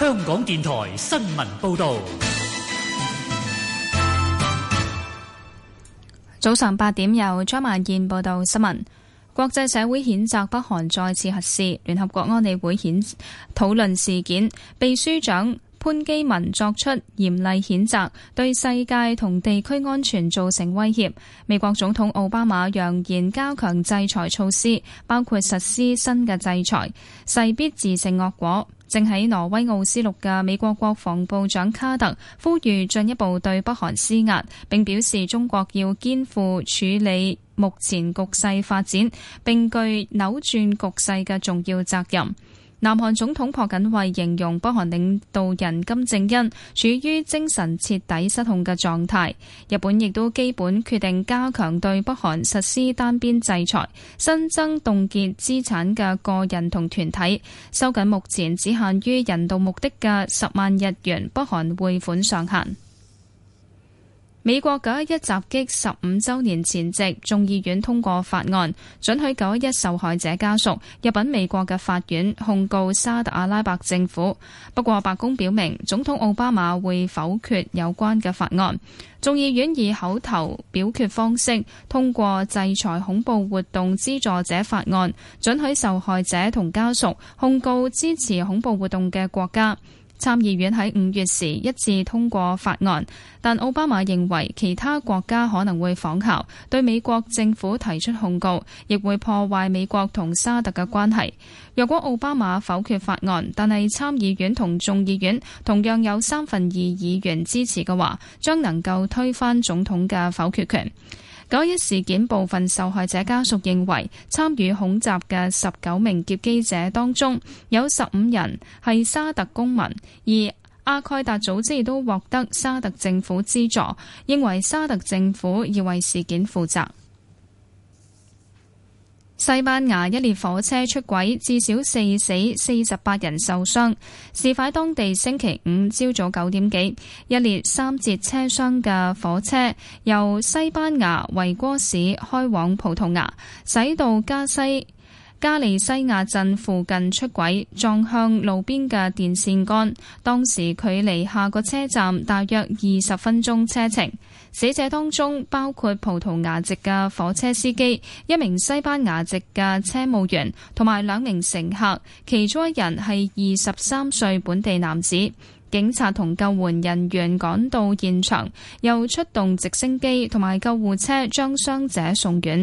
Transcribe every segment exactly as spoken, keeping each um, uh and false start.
香港電台新聞報道。 早上八點，由張萬燕報道新聞。國際社會譴責北韓再次核試，聯合國安理會譴討論事件，秘書長潘基文作出嚴厲譴責，對世界同地區安全造成威脅。美國總統奧巴馬揚言加強制裁措施，包括實施新嘅制裁，勢必自食惡果。正喺挪威奧斯陸嘅美國國防部長卡特呼籲進一步對北韓施壓，並表示中國要肩負處理目前局勢發展並具扭轉局勢嘅重要責任。南韓總統朴槿惠形容北韓領導人金正恩處於精神徹底失控嘅狀態。日本亦都基本決定加強對北韓實施單邊制裁，新增凍結資產嘅個人同團體，收緊目前只限於人道目的嘅十萬日元北韓匯款上限。美國九一一襲擊十五週年前夕，眾議院通過法案，准許九一一受害者家屬入稟美國嘅法院控告沙特阿拉伯政府。不過白宮表明，總統奧巴馬會否決有關嘅法案。眾議院以口頭表決方式通過制裁恐怖活動資助者法案，准許受害者同家屬控告支持恐怖活動嘅國家。參議院喺五月時一致通過法案，但奧巴馬認為其他國家可能會仿效，對美國政府提出控告，亦會破壞美國同沙特嘅關係。若果奧巴馬否決法案，但係參議院同眾議院同樣有三分二議員支持嘅話，將能夠推翻總統嘅否決權。九一事件部分受害者家屬認為，參與恐襲嘅十九名劫機者當中有十五人係沙特公民，而阿蓋達組織亦都獲得沙特政府資助，認為沙特政府要為事件負責。西班牙一列火車出軌，至少四死四十八人受傷。事發當地星期五朝早九點幾，一列三節車廂嘅火車由西班牙維戈市開往葡萄牙，駛到加西加利西亞鎮附近出軌，撞向路邊嘅電線桿。當時距離下個車站大約二十分鐘車程。死者當中包括葡萄牙籍嘅火車司機、一名西班牙籍嘅車務員同埋兩名乘客，其中一人係二十三歲本地男子。警察同救援人員趕到現場，又出動直升機同埋救護車將傷者送院。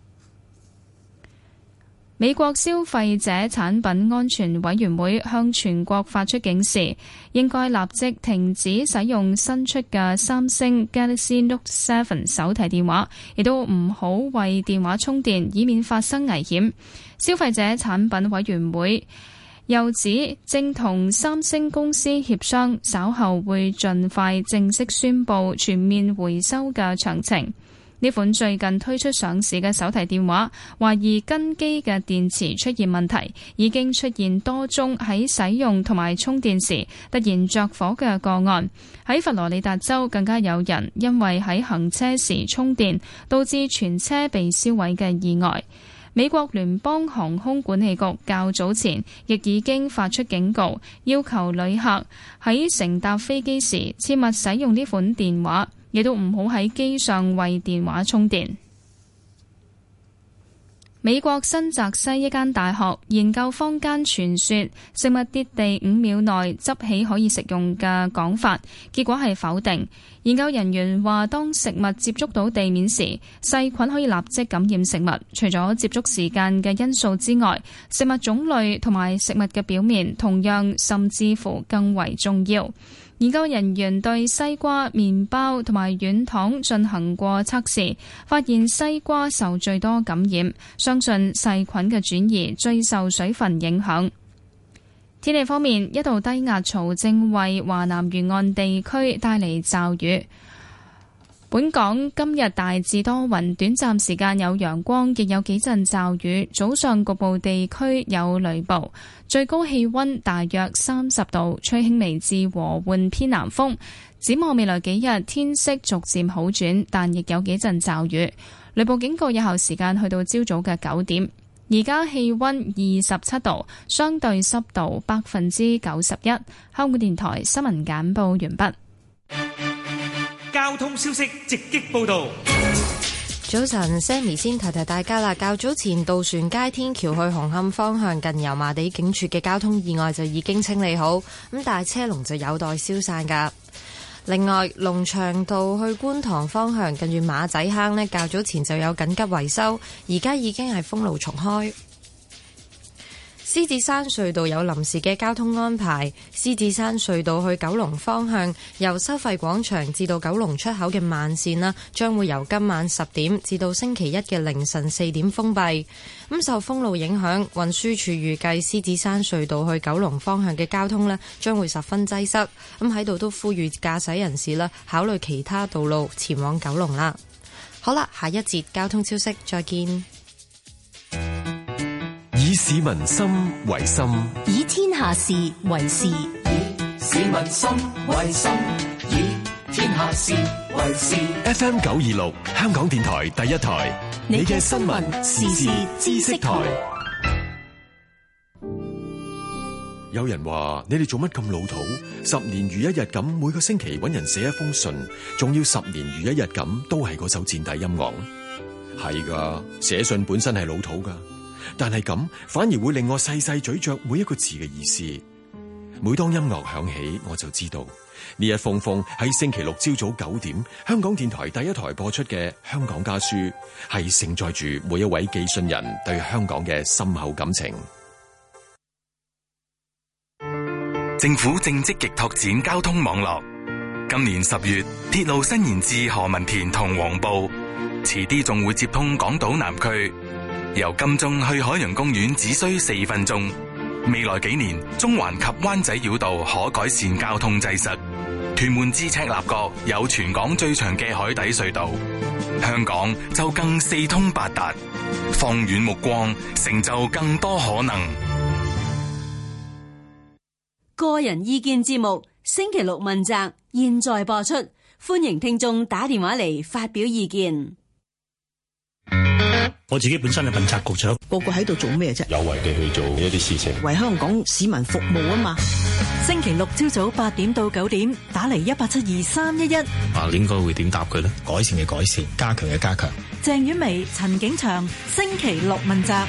美國消費者產品安全委員會向全國發出警示，應該立即停止使用新出嘅三星 Galaxy Note 七手提電話，亦都唔好為電話充電，以免發生危險。消費者產品委員會又指，正同三星公司協商，稍後會盡快正式宣布全面回收嘅詳情。呢款最近推出上市嘅手提電話，懷疑根基嘅電池出現問題，已經出現多宗喺使用同埋充電時突然着火嘅個案。喺佛羅里達州更加有人因為喺行車時充電，導致全車被燒毀嘅意外。美國聯邦航空管理局較早前亦已經發出警告，要求旅客喺乘搭飛機時切勿使用呢款電話，亦都唔好喺機上為電話充電。美國新澤西一間大學研究坊間傳說食物跌地五秒內執起可以食用嘅講法，結果係否定。研究人員話，當食物接觸到地面時，細菌可以立即感染食物。除咗接觸時間嘅因素之外，食物種類同埋食物嘅表面同樣甚至乎更為重要。研究人員對西瓜、麵包同埋軟糖進行過測試，發現西瓜受最多感染，相信細菌嘅轉移最受水分影響。天氣方面，一道低壓槽正為華南沿岸地區帶嚟驟雨。本港今日大致多雲，短暫時間有陽光，亦有幾陣驟雨。早上局部地區有雷暴，最高氣溫大約三十度，吹輕微至和緩偏南風。展望未來幾日，天色逐漸好轉，但亦有幾陣驟雨。雷暴警告有效時間去到朝早嘅九點。 而家氣溫二十七度，相對濕度百分之九十一。香港電台新聞簡報完畢。 交通消息直擊報道。 早晨 Sammy 先提提大家啦。較早前渡船街天橋去紅磡方向近油麻地警署嘅交通意外就已經清理好，咁但係車龍就有待消散噶。另外，龍翔道去觀塘方向近住馬仔坑呢，較早前就有緊急維修，而家已經係封路重開。獅子山隧道有臨時嘅交通安排，獅子山隧道去九龍方向由收費廣場至到九龍出口嘅慢線啦，將會由今晚十點至到星期一嘅凌晨四點封閉。咁受封路影響，運輸署預計獅子山隧道去九龍方向嘅交通呢將會十分擠塞。咁喺度都呼籲駕駛人士啦，考慮其他道路前往九龍啦。好啦，下一節交通消息再見。 以市民心為心， 以天下事為事。以市民心為心，以天下事為事。 F M 九二六，香港電台第一台，你嘅新聞時事知識台。有人話你哋做乜咁老土？十年如一日咁，每個星期搵人寫一封信，仲要十年如一日咁，都係嗰首墊底音樂。係噶，寫信本身係老土噶。但係咁反而會令我細細咀嚼每一個字嘅意思。每當音樂響起，我就知道呢一封封喺星期六朝早九點香港電台第一台播出嘅《香港家書》，係承載住每一位寄信人對香港嘅深厚感情。 政府正積極拓展交通網絡，今年十月鐵路伸延至何文田同黃埔，遲啲仲會接通港島南區。由金鐘去海洋公園只需四分鐘，未來幾年中環及灣仔繞道可改善交通擠塞，屯門至赤鱲角有全港最長嘅海底隧道，香港就更四通八達，放遠目光，成就更多可能。 個人意見節目星期六問責，現在播出，歡迎聽眾打電話嚟發表意見。 我自己本身係問責局長， 個個喺度做咩啫？ 有為地去做一啲事情， 為香港市民服務啊嘛。 星期六朝早八點到九點，打嚟一八七二三一一。 啊，應該會點答佢呢？改善嘅改善，加強嘅加強。 鄭婉薇、陳景祥，星期六問責。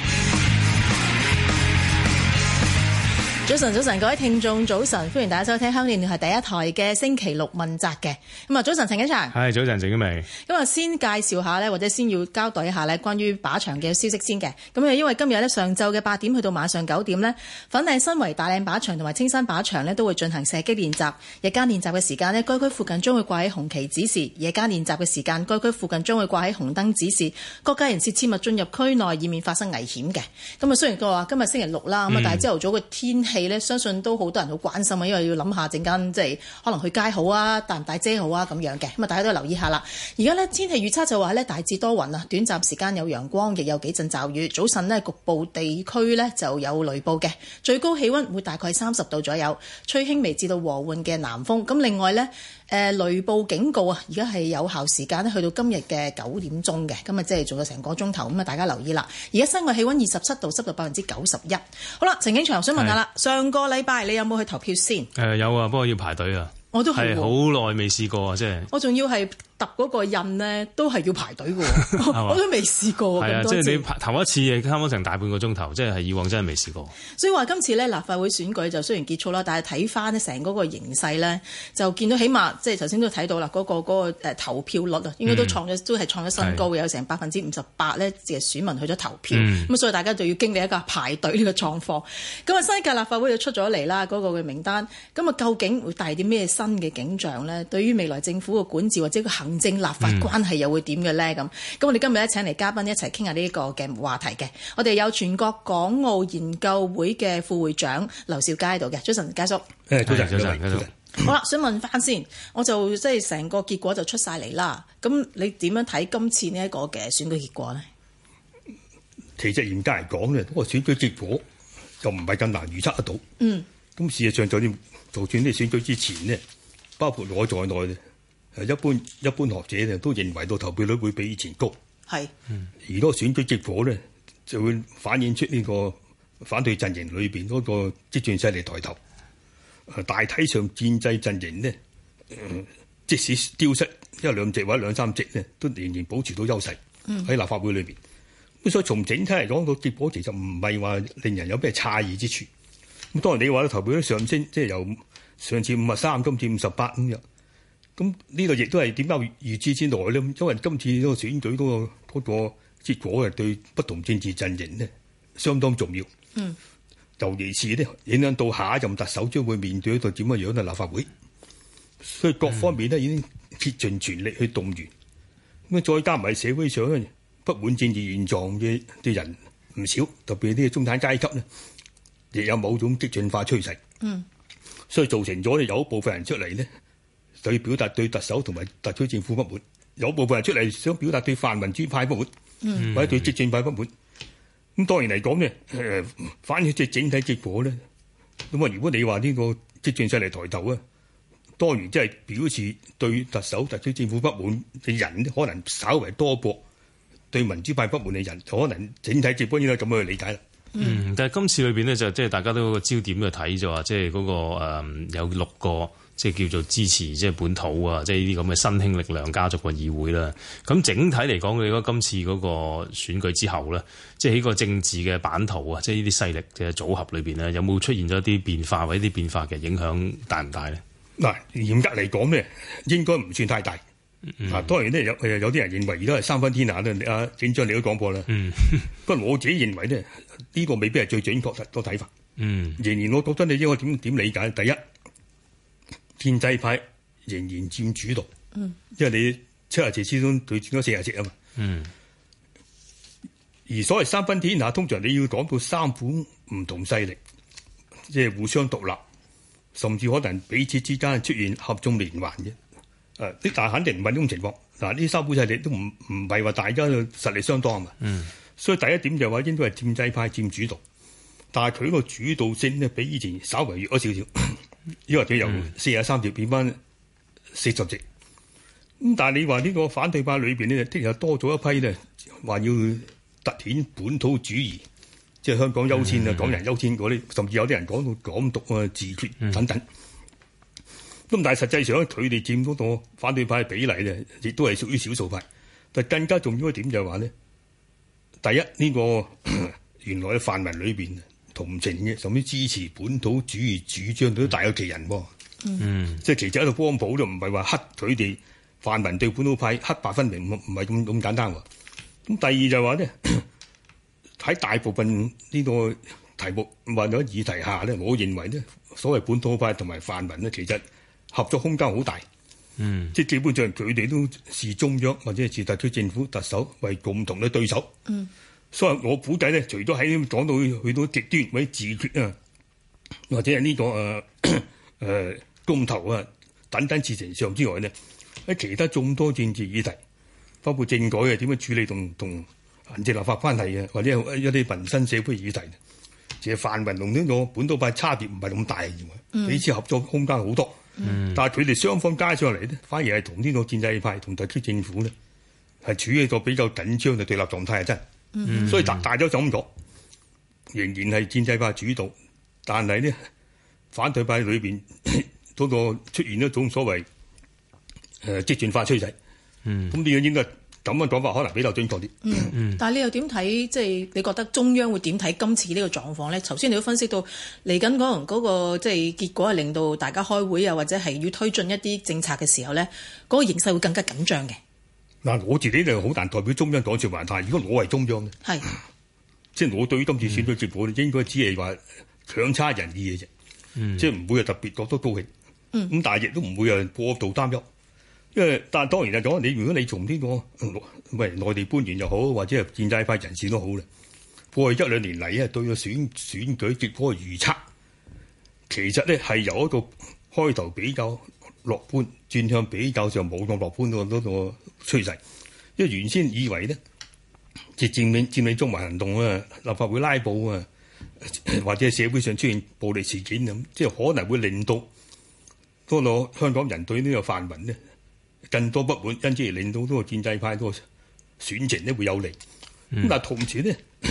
早晨，早晨，各位聽眾，早晨，歡迎大家收聽香港電台第一台嘅星期六問責嘅。咁啊，早晨，陳景祥。 係，早晨，鄭婉薇。咁啊，先介紹下咧，或者先要交代一下咧，關於靶場嘅消息先嘅。咁啊，因為今日咧上晝嘅八點去到晚上九點咧，粉嶺新圍大嶺靶場同埋青山靶場咧都會進行射擊練習。日間練習嘅時間咧，該區附近將會掛喺紅旗指示；夜間練習嘅時間，該區附近將會掛喺紅燈指示。各界人士切勿進入區內，以免發生危險嘅。咁啊，雖然佢話今日星期六啦，咁啊、嗯，但係朝頭早嘅天氣咧，相信都好多人好關心啊，因為要諗下陣間即係可能去街好啊，帶唔帶遮好啊咁樣嘅。咁啊，大家都留意下啦。而家呢，天氣預測就話呢，大致多雲啊，短暫時間有陽光，亦有幾陣驟雨。早晨呢，局部地區呢就有雷暴嘅，最高氣溫會大概三十度左右，吹輕微至到和緩嘅南風。咁另外呢，誒雷暴警告啊，而家係有效時間呢去到今日嘅九點鐘嘅，咁啊即係做咗成個鐘頭。咁啊，大家留意啦。而家室外氣溫二十七度，濕度百分之九十一。好啦，陳景祥想問下啦，上個禮拜你有冇去投票先？ 誒、呃、有啊，不過要排隊啊。我都係好耐未試過啊，即係我仲要係揼嗰個印呢，都係要排隊嘅喎，我都未試過。係啊， 即係你頭一次差唔多成大半個鐘頭，即係以往真係未試過。 所以話今次呢，立法會選舉就雖然結束啦，但係睇翻呢成嗰個形勢呢，就見到起碼即係頭先都睇到啦，嗰、嗰個嗰、嗰個、投票率啊，應該都創咗、嗯、都係創咗新高嘅，有成百分之五十八呢，嘅選民去咗投票。咁、嗯、所以大家就要經歷一個排隊呢個狀況。咁啊，新一屆立法會就出咗嚟啦，嗰、嗰個嘅名單。咁啊，究竟會帶啲咩新嘅景象呢？對於未來政府嘅管治或者個行政立法關係又會點嘅呢？咁、嗯，咁我哋今日咧請嚟嘉賓一齊傾下呢個嘅話題嘅。我哋有全國港澳研究會嘅副會長劉兆佳喺度嘅。早晨，佳叔。 誒，早晨，早晨，早晨。 好啦，想問翻先，我就即係成個結果就出晒嚟啦。咁你點樣睇今次呢一個嘅選舉結果呢？ 其實嚴格嚟講呢，個選舉結果就唔係咁難預測得到。嗯。咁事實上，就算就算呢選舉之前呢，包括我在內咧，誒一般一般學者咧都認為到投票率會比以前高。係。而嗰個選舉結果咧， 就會反映出呢個反對陣營裏邊嗰個激進勢力抬頭。誒大體上建制陣營呢，呃、即使丟失一兩席或者兩三席呢，都仍然保持到優勢喺立法會裏邊。咁、嗯、所以從整體嚟講，個結果其實唔係話令人有咩詫異之處。咁當然你話咧投票率上升，即係由上次五十三，今次五十八咁樣。咁呢個亦都係點解預知之內咧？因為今次呢個選舉嗰、嗰個嗰、嗰個結果係對不同政治陣營呢相當重要。嗯，尤其是呢影響到下一任特首將會面對一個點樣樣嘅立法會，所以各方面呢已經竭盡全力去動員。咁、嗯、再加埋社會上不滿政治現狀嘅嘅人唔少，特別啲中產階級呢，亦有某種激進化趨勢。嗯，所以造成咗有一部分人出嚟呢，就要表達對特首同埋特區政府不滿；有部分人出嚟想表達對泛民主派不滿，嗯、或者對激進派不滿。咁當然嚟講呢，誒反映即係整體結果咧。咁啊，如果你話呢個激進勢力抬頭啊，當然即係表示對特首、特區政府不滿嘅人，可能稍為多過對民主派不滿嘅人，可能整體結果應該咁樣去理解啦。 嗯，但係今次裏邊呢，就即係大家都個焦點去睇就話，即係嗰個誒、嗯、有六個。即係叫做支持即係本土啊，即係呢啲咁嘅新興力量加入個議會啦。咁整體嚟講，你覺得今次嗰個選舉之後咧，即係喺個政治嘅版圖啊，即係呢啲勢力嘅組合裏邊咧，有冇出現咗一啲變化或者啲變化嘅影響大唔大咧？嗱， 嚴格嚟講咧，應該唔算太大。嗯、啊，當然咧有誒有啲人認為而家係三分天下咧。阿景祥你都講過啦。嗯。不過我自己認為咧，呢、呢個未必係最準確個睇法。嗯。仍然我覺得你應該點點理解？第一，建制派仍然佔主導，嗯，因為你七十席之中對佔咗四十席啊嘛，嗯。而所謂三分天下，通常你要講到三股唔同勢力，即係互相獨立，甚至可能彼此之間出現合縱連橫嘅，誒，啲但係肯定唔係呢種情況。嗱，呢三股勢力都唔唔係話大家嘅實力相當啊嘛，嗯。所以第一點就係話應該係建制派佔主導，但係佢個主導性呢，比以前稍微弱咗少少。因為佢由四十三席變翻四十席，咁、嗯、但係你話呢個反對派裏邊呢，即係多咗一批呢，話要凸顯本土主義，即係香港優先啊、嗯、港人優先嗰啲，甚至有啲人講到港獨啊、自決等等。咁、嗯、但係實際上佢哋佔嗰個反對派比例呢，亦都係屬於少數派。但更加重要一點就係話呢，第一呢、呢個原來喺泛民裏邊同情嘅，甚至支持本土主義主張都大有其人喎。嗯，即係其實喺度幫補都唔係話黑佢哋泛民對本土派黑白分明，唔唔係咁咁簡單喎。咁第二就係話咧，喺大部分呢個題目或者議題下咧，我認為咧，所謂本土派同埋泛民咧，其實合作空間好大。嗯，即係基本上佢哋都視中央或者係視特區政府特首為共同嘅對手。嗯。所以我估計咧，除咗喺講到去到極端或者自決啊，或者係呢、這個誒誒、呃、公投啊等等事情上之外呢，喺其他眾多政治議題，包括政改啊點樣處理同同行政立法關係啊，或者一啲民生社會議題，其實泛民同呢個本土派差別唔係咁大嘅，嗯、彼此合作空間好多。嗯、但係佢哋雙方加上嚟呢，反而係同呢個建制派同特區政府呢，係處於一個比較緊張嘅對立狀態啊！真。嗯、所以大大咗就咁講，仍然係建制派主導，但係呢反對派裏邊嗰個出現一種所謂誒激進化趨勢。嗯，咁呢個應該咁嘅講法可能比較準確啲。嗯嗯， 但係你又點睇？即係你覺得中央會點睇今次呢個狀況咧？頭先你都分析到嚟緊可能嗰個即係結果係令到大家開會啊，或者係要推進一啲政策嘅時候咧，嗰個形勢會更加緊張嘅。 嗱，我自己就好難代表中央講説話，但係如果我係中央咧，係即係我對於今次選舉結果，嗯、應該只係話強差人意嘅啫，嗯、即係唔會係特別覺得高興。咁、嗯、但係亦都唔會係過度擔憂，因為但係當然就講你，如果你從呢、這個喂內地官員又好，或者係建制派人士都好咧，過去一兩年嚟咧對個選選舉結果嘅預測，其實咧係由一個開頭比較樂觀轉向比較上冇咁樂觀嗰嗰個趨勢，因為原先以為咧，即係佔領佔領中環行動啊、立法會拉布啊，或者社會上出現暴力事件咁，即係可能會令到嗰個香港人對呢個泛民呢更多不滿，因此而令到嗰個建制派嗰個選情呢會有利。咁、嗯、但係同時呢，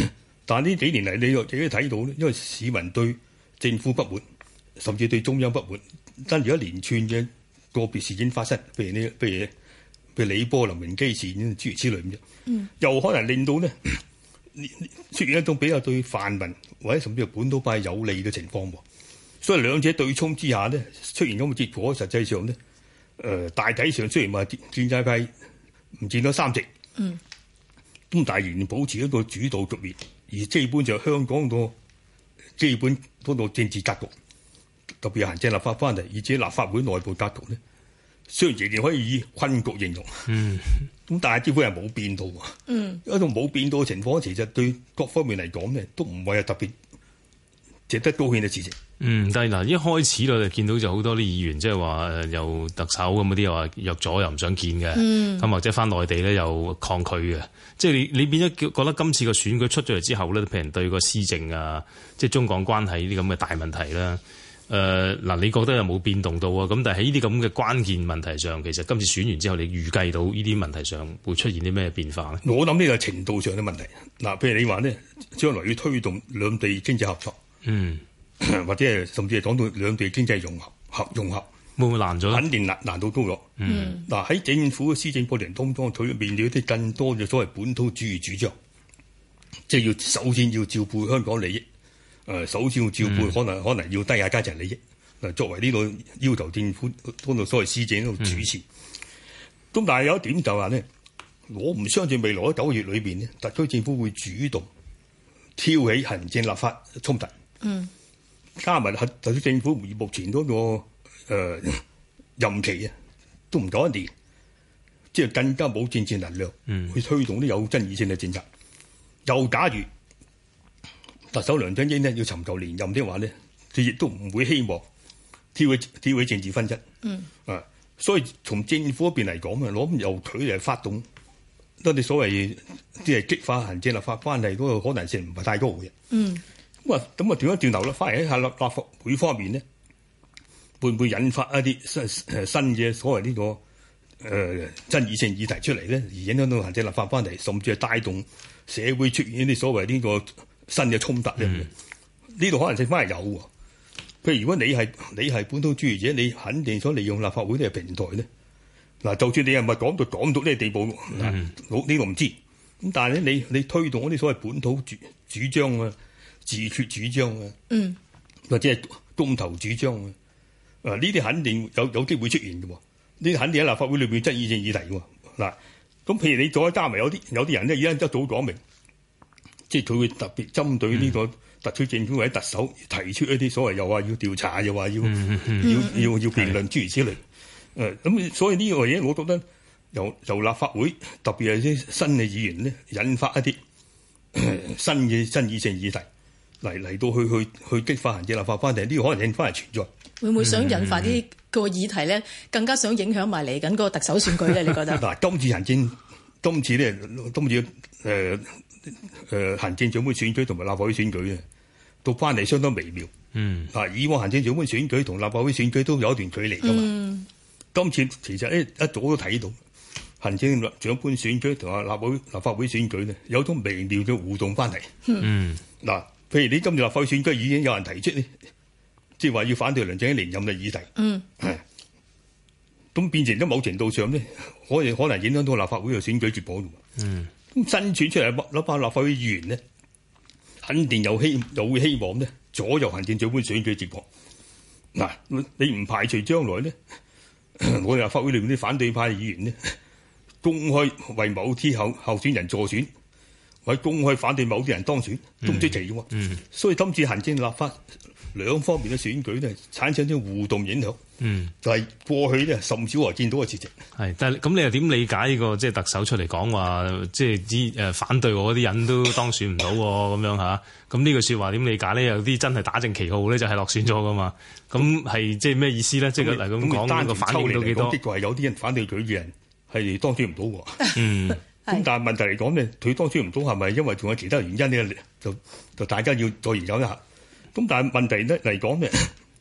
但係呢幾年嚟，你又自己睇到咧，因為市民對政府不滿，甚至對中央不滿，跟住一連串嘅個別事件發生，譬如呢，譬如譬如李波、林榮基事件諸如此類咁啫，嗯，又可能令到咧出現一種比較對泛民或者甚至係本土派有利嘅情況喎。所以兩者對沖之下咧，出現咁嘅結果，實際上咧，誒、呃、大體上雖然話建制派唔佔咗三席，嗯，咁但係仍然保持一個主導局面，而基本上香港個基本嗰個政治格局，特別係行政立法翻嚟，而且立法會內部格局咧，雖然仍然可以以困局形容，嗯，咁但係基本係冇變到喎，嗯，一種冇變到嘅情況，其實對各方面嚟講咧，都唔係特別值得高興嘅事情。 嗯，但係嗱，一開始咧就見到就好多啲議員即係話誒，又特首咁嗰啲又話約咗又唔想見嘅，咁、嗯、或者翻內地咧又抗拒嘅，即係你你變咗覺得今次個選舉出咗嚟之後咧，譬如對個施政啊，即係中港關係呢啲咁嘅大問題啦，誒、呃、嗱，你覺得有冇變動到啊？咁但係喺呢啲咁嘅關鍵問題上，其實今次選完之後，你預計到呢啲問題上會出現啲咩變化咧？ 我諗呢個程度上嘅問題，嗱，譬如你話呢，將來要推動兩地經濟合作，嗯。或者係甚至係講到兩地經濟融合、合融合， 會唔會難咗？ 肯定難難度高咗。嗯，嗱喺政府嘅施政過程當中，佢面對一啲更多嘅所謂本土主義主張，即係要首先要照顧香港利益。誒、呃，首先要照顧可能、嗯、可能要低下階層利益。嗱，作為呢個要求政府嗰度所謂施政嗰度主持。咁、嗯、但係有一點就話呢，我唔相信未來嗰九個月裏邊呢，特區政府會主動挑起行政立法衝突。嗯。加埋特區政府目前嗰、那個誒、呃、任期啊，都唔夠一年，即係更加冇政治能量去推動啲有爭議性嘅政策。又、嗯、假如特首梁振英呢要尋求連任的話呢，佢亦都唔會希望挑起挑起政治紛爭。嗯啊，所以從政府嗰邊嚟講啊，攞由佢嚟發動多啲所謂即係激化行政立法關係嗰個可能性唔係太高嘅。嗯。咁啊，咁啊，調一調頭啦，翻嚟喺下立立法會方面呢，會唔會引發一啲新誒新嘅所謂呢、這個誒、呃、爭議性議題出嚟咧，而影響到行政立法翻嚟，甚至係帶動社會出現一啲所謂呢個新嘅衝突咧？呢、嗯、度可能性翻係有喎。譬如如果你係你係本土主義者，你肯定想利用立法會呢個平台咧。嗱，就算你係咪講到講到呢個地步，嗱、嗯，我呢個唔知。咁但係咧，你你推動嗰啲所謂本土主主張啊，自決主張啊，嗯，或者係公投主張啊，啊呢啲肯定有有機會出現嘅喎，呢啲肯定喺立法會裏邊爭議性議題喎。嗱，咁譬如你再加埋有啲有啲人咧，而家一早講明，即係佢會特別針對呢個特區政府或者特首提出一啲所謂又話要調查，又話要、嗯嗯、要要要辯論諸如此類。誒咁，所以呢個嘢，我覺得由由立法會特別係啲新嘅議員咧，引發一啲、呃、新嘅爭議性議題。嚟嚟到去去去激發行政立法翻嚟，呢個可能性翻嚟存在。 會唔會想引發啲個議題咧，更加想影響埋嚟緊個特首選舉咧？你覺得？嗱， 今次行政今次咧，今次誒誒、呃呃、行政長官選舉同埋立法會選舉咧，到關係相當微妙。嗯。嗱，以往行政長官選舉同立法會選舉都有一段距離㗎嘛。嗯。今次其實一一早都睇到行政長官選舉同埋立法會立法會選舉咧，有種微妙嘅互動關係。嗯。嗱。譬如你今次立法會選舉已經有人提出呢，即係話要反對梁振英連任嘅議題，嗯，咁變成咗某程度上咧，可以可能影響到立法會嘅選舉結果嘅。嗯，咁新選出嚟嗰班立法會議員咧，肯定有希有會希望咧左右行政長官選舉結果。嗱，你唔排除將來咧，我哋立法會裏面啲反對派議員咧，公開為某啲候候選人助選。或者公開反對某啲人當選都唔出奇嘅喎，嗯、所以今次行政立法兩方面嘅選舉咧，產生咗互動影響，嗯、就係、是、過去咧甚少話見到嘅事情。係， 但係咁你又點理解呢、這個即係、就是、特首出嚟講話，即係啲誒反對我嗰啲人都當選唔到咁樣嚇？咁呢句説話點理解咧？有啲真係打正旗號咧，就係落選咗噶嘛？咁係即係咩意思咧？即係嚟咁講個反應到幾多？ 的確係有啲人反對佢嘅人係當選唔到喎。嗯。咁但係問題嚟講咧，佢當選唔到係咪因為仲有其他原因咧？就就大家要再研究一下。咁但係問題咧嚟講咧，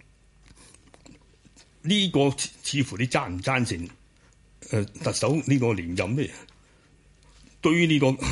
呢、這個似乎你贊唔贊成誒特首呢個連任咧？對於呢個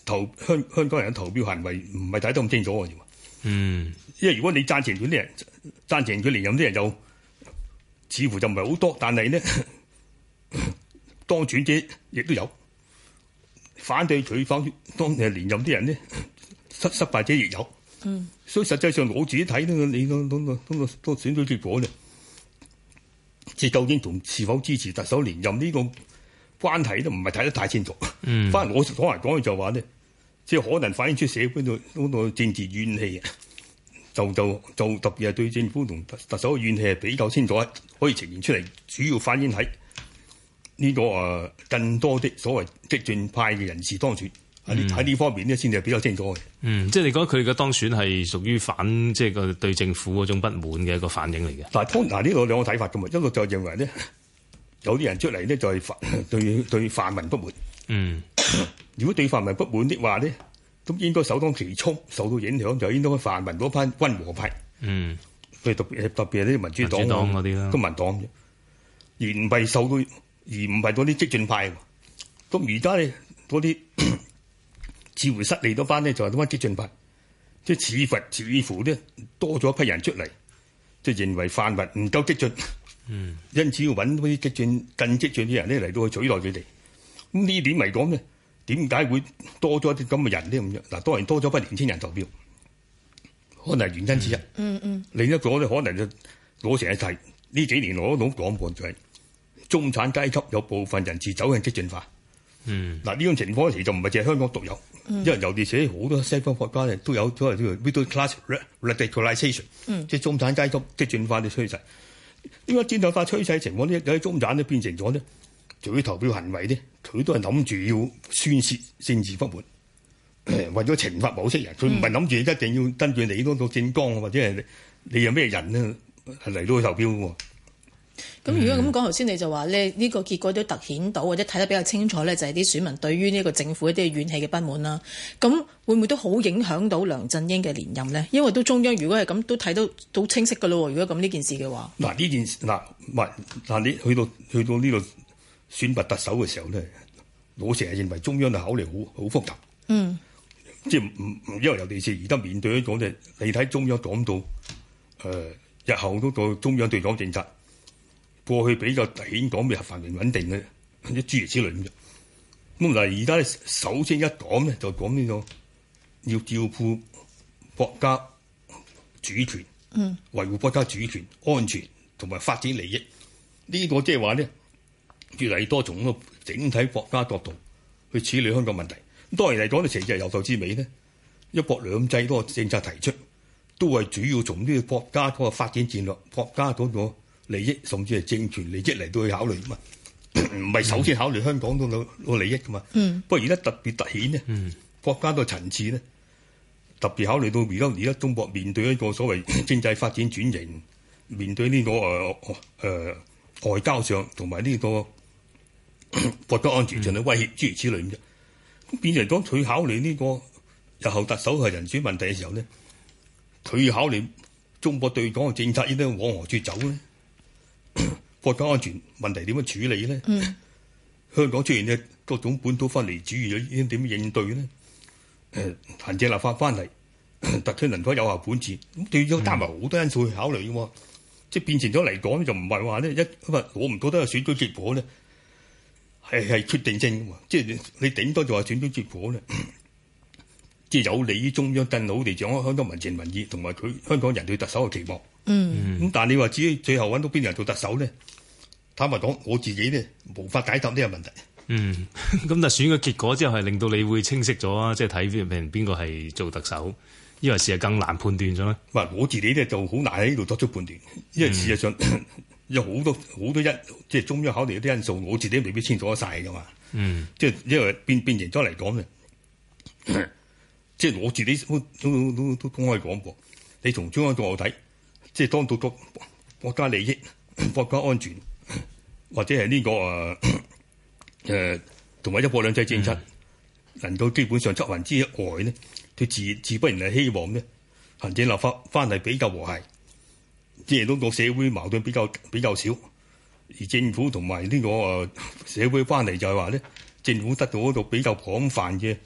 投香香港人嘅投票行為唔係睇得咁清楚嘅啫。 嗯， 因為如果你贊成佢啲人，贊成佢連任啲人就似乎就唔係好多，但係呢當選者亦都有，反對佢方當誒連任啲人呢失失敗者亦有。嗯，所以實際上我自己睇呢個你個嗰個嗰個個選舉結果咧，即係究竟同是否支持特首連任呢個關係都唔係睇得太清楚。嗯，反而我講嚟講去就話呢，即係可能反映出社會度嗰個政治怨氣啊，就就就特別係對政府同特特首嘅怨氣係比較清楚，可以呈現出嚟，主要反映喺呢個誒更多的所謂激進派嘅人士當選喺呢喺呢方面呢，先至係比較清楚嘅。嗯， 即係你覺得佢嘅當選係屬於反即係個對政府嗰種不滿嘅一個反應嚟嘅。 嗱，當嗱呢度兩個睇法㗎嘛，一個就認為呢，有啲人出嚟呢就係對對泛民不滿。嗯，如果對泛民不滿的話呢，咁應該首當其衝受到影響就應該泛民嗰班溫和派。嗯，佢特別特別係啲民主黨嗰啲啦，公民黨啫，而唔係受到而唔係嗰啲激進派。咁而家呢嗰啲似乎失利嗰班呢，就係嗰班激進派，即係似乎似乎呢多咗一批人出嚟，即係認為泛民唔夠激進。嗯，因此要揾嗰啲激進更激進啲人呢嚟到去取代佢哋。咁呢點嚟講呢，點解會多咗啲咁嘅人呢？咁樣嗱，當然多咗批年輕人投票，可能係原因之一。嗯嗯。另一個咧，可能就我成日提呢幾年我都講過，就係中產階級有部分人士走向激進化。嗯。嗱，呢種情況其實就唔係淨係香港獨有，嗯、因為尤其是好多西方國家咧都有所謂叫做 middle class radicalization，嗯、即係中產階級激進化嘅趨勢。呢個激進化趨勢情況呢，有啲中產咧變成咗呢，做啲投票行為呢，佢都係諗住要宣泄政治不滿，呃、為咗懲罰某些人，佢唔係諗住一定要根據你嗰個政綱或者係你有咩人呢嚟到去投票喎。 咁、嗯、如果咁講，頭先你就話咧，呢個結果都突顯到或者睇得比較清楚咧，就係啲選民對於呢個政府一啲怨氣嘅不滿啦。咁會唔會都好影響到梁振英嘅連任呢？因為都中央如果係咁，都睇到都清晰㗎咯。如果咁呢件事嘅話， 嗱呢件事嗱唔係嗱你去到去到呢個選拔特首嘅時候咧，我成日認為中央嘅考慮好好複雜。嗯，即係唔唔因為尤其是而家面對一種咧，你睇中央講到誒、呃、日後嗰個中央對港政策。過去比較顯講咩繁榮穩定嘅一諸如此類咁。咁嗱，而家咧首先一講咧就講呢個要照顧國家主權，嗯，維護國家主權、安全同埋發展利益。呢、這個即係話咧，越嚟越多從個整體國家角度去處理香港問題。咁當然嚟講咧，其實由頭至尾咧，一國兩制嗰個政策提出，都係主要從呢個國家嗰個發展戰略、國家嗰個利益，甚至係政權利益嚟到去考慮嘛，唔係首先考慮香港嗰個利益噶嘛。嗯。不過而家特別突顯呢，嗯、國家個層次呢，特別考慮到而家而家中國面對一個所謂經濟發展轉型，面對呢、這個誒誒、呃呃、外交上同埋呢個國家安全上嘅威脅，諸如此類咁啫。咁變成講佢考慮呢個日後特首係人選問題嘅時候呢，佢要考慮中國對港嘅政策應該往何處走呢？國家安全問題點樣處理呢？嗯、香港出現嘅各種本土分離主義應點樣應對呢？誒，行政立法翻嚟，特區能否有效管治？咁對咗加埋好多因素去考慮嘅喎，即係變成咗嚟講就唔係話呢，一，因為我唔覺得個選舉結果呢係係決定性嘅喎，即係你頂多就話選舉結果呢，即係有利於中央更好地掌握香港民情民意同埋佢香港人對特首嘅期望。嗯，咁但係你話至於最後揾到邊個人做特首咧？坦白講，我自己咧無法解答呢個問題。嗯，咁但係選嘅結果之後係令到你會清晰咗啊，即係睇邊邊邊個係做特首，因為事實更難判斷咗咧。唔係我自己咧就好難喺呢度作出判斷，因為事實上、嗯、有好多好多因，即係中央考慮啲因素，我自己未必清楚得晒噶嘛。嗯，即係因為變變形咗嚟講咧，即係我自己都都都都公開講過，你從中央角度睇。即係當到國國家利益、國家安全，或者係呢、這個誒誒同埋一國兩制政策、嗯、能夠基本上執行之外呢，佢自自不然係希望呢行政立法翻嚟比較和諧，即係嗰個社會矛盾比較比較少，而政府同埋呢個誒社會翻嚟就係話呢，政府得到嗰度比較廣泛嘅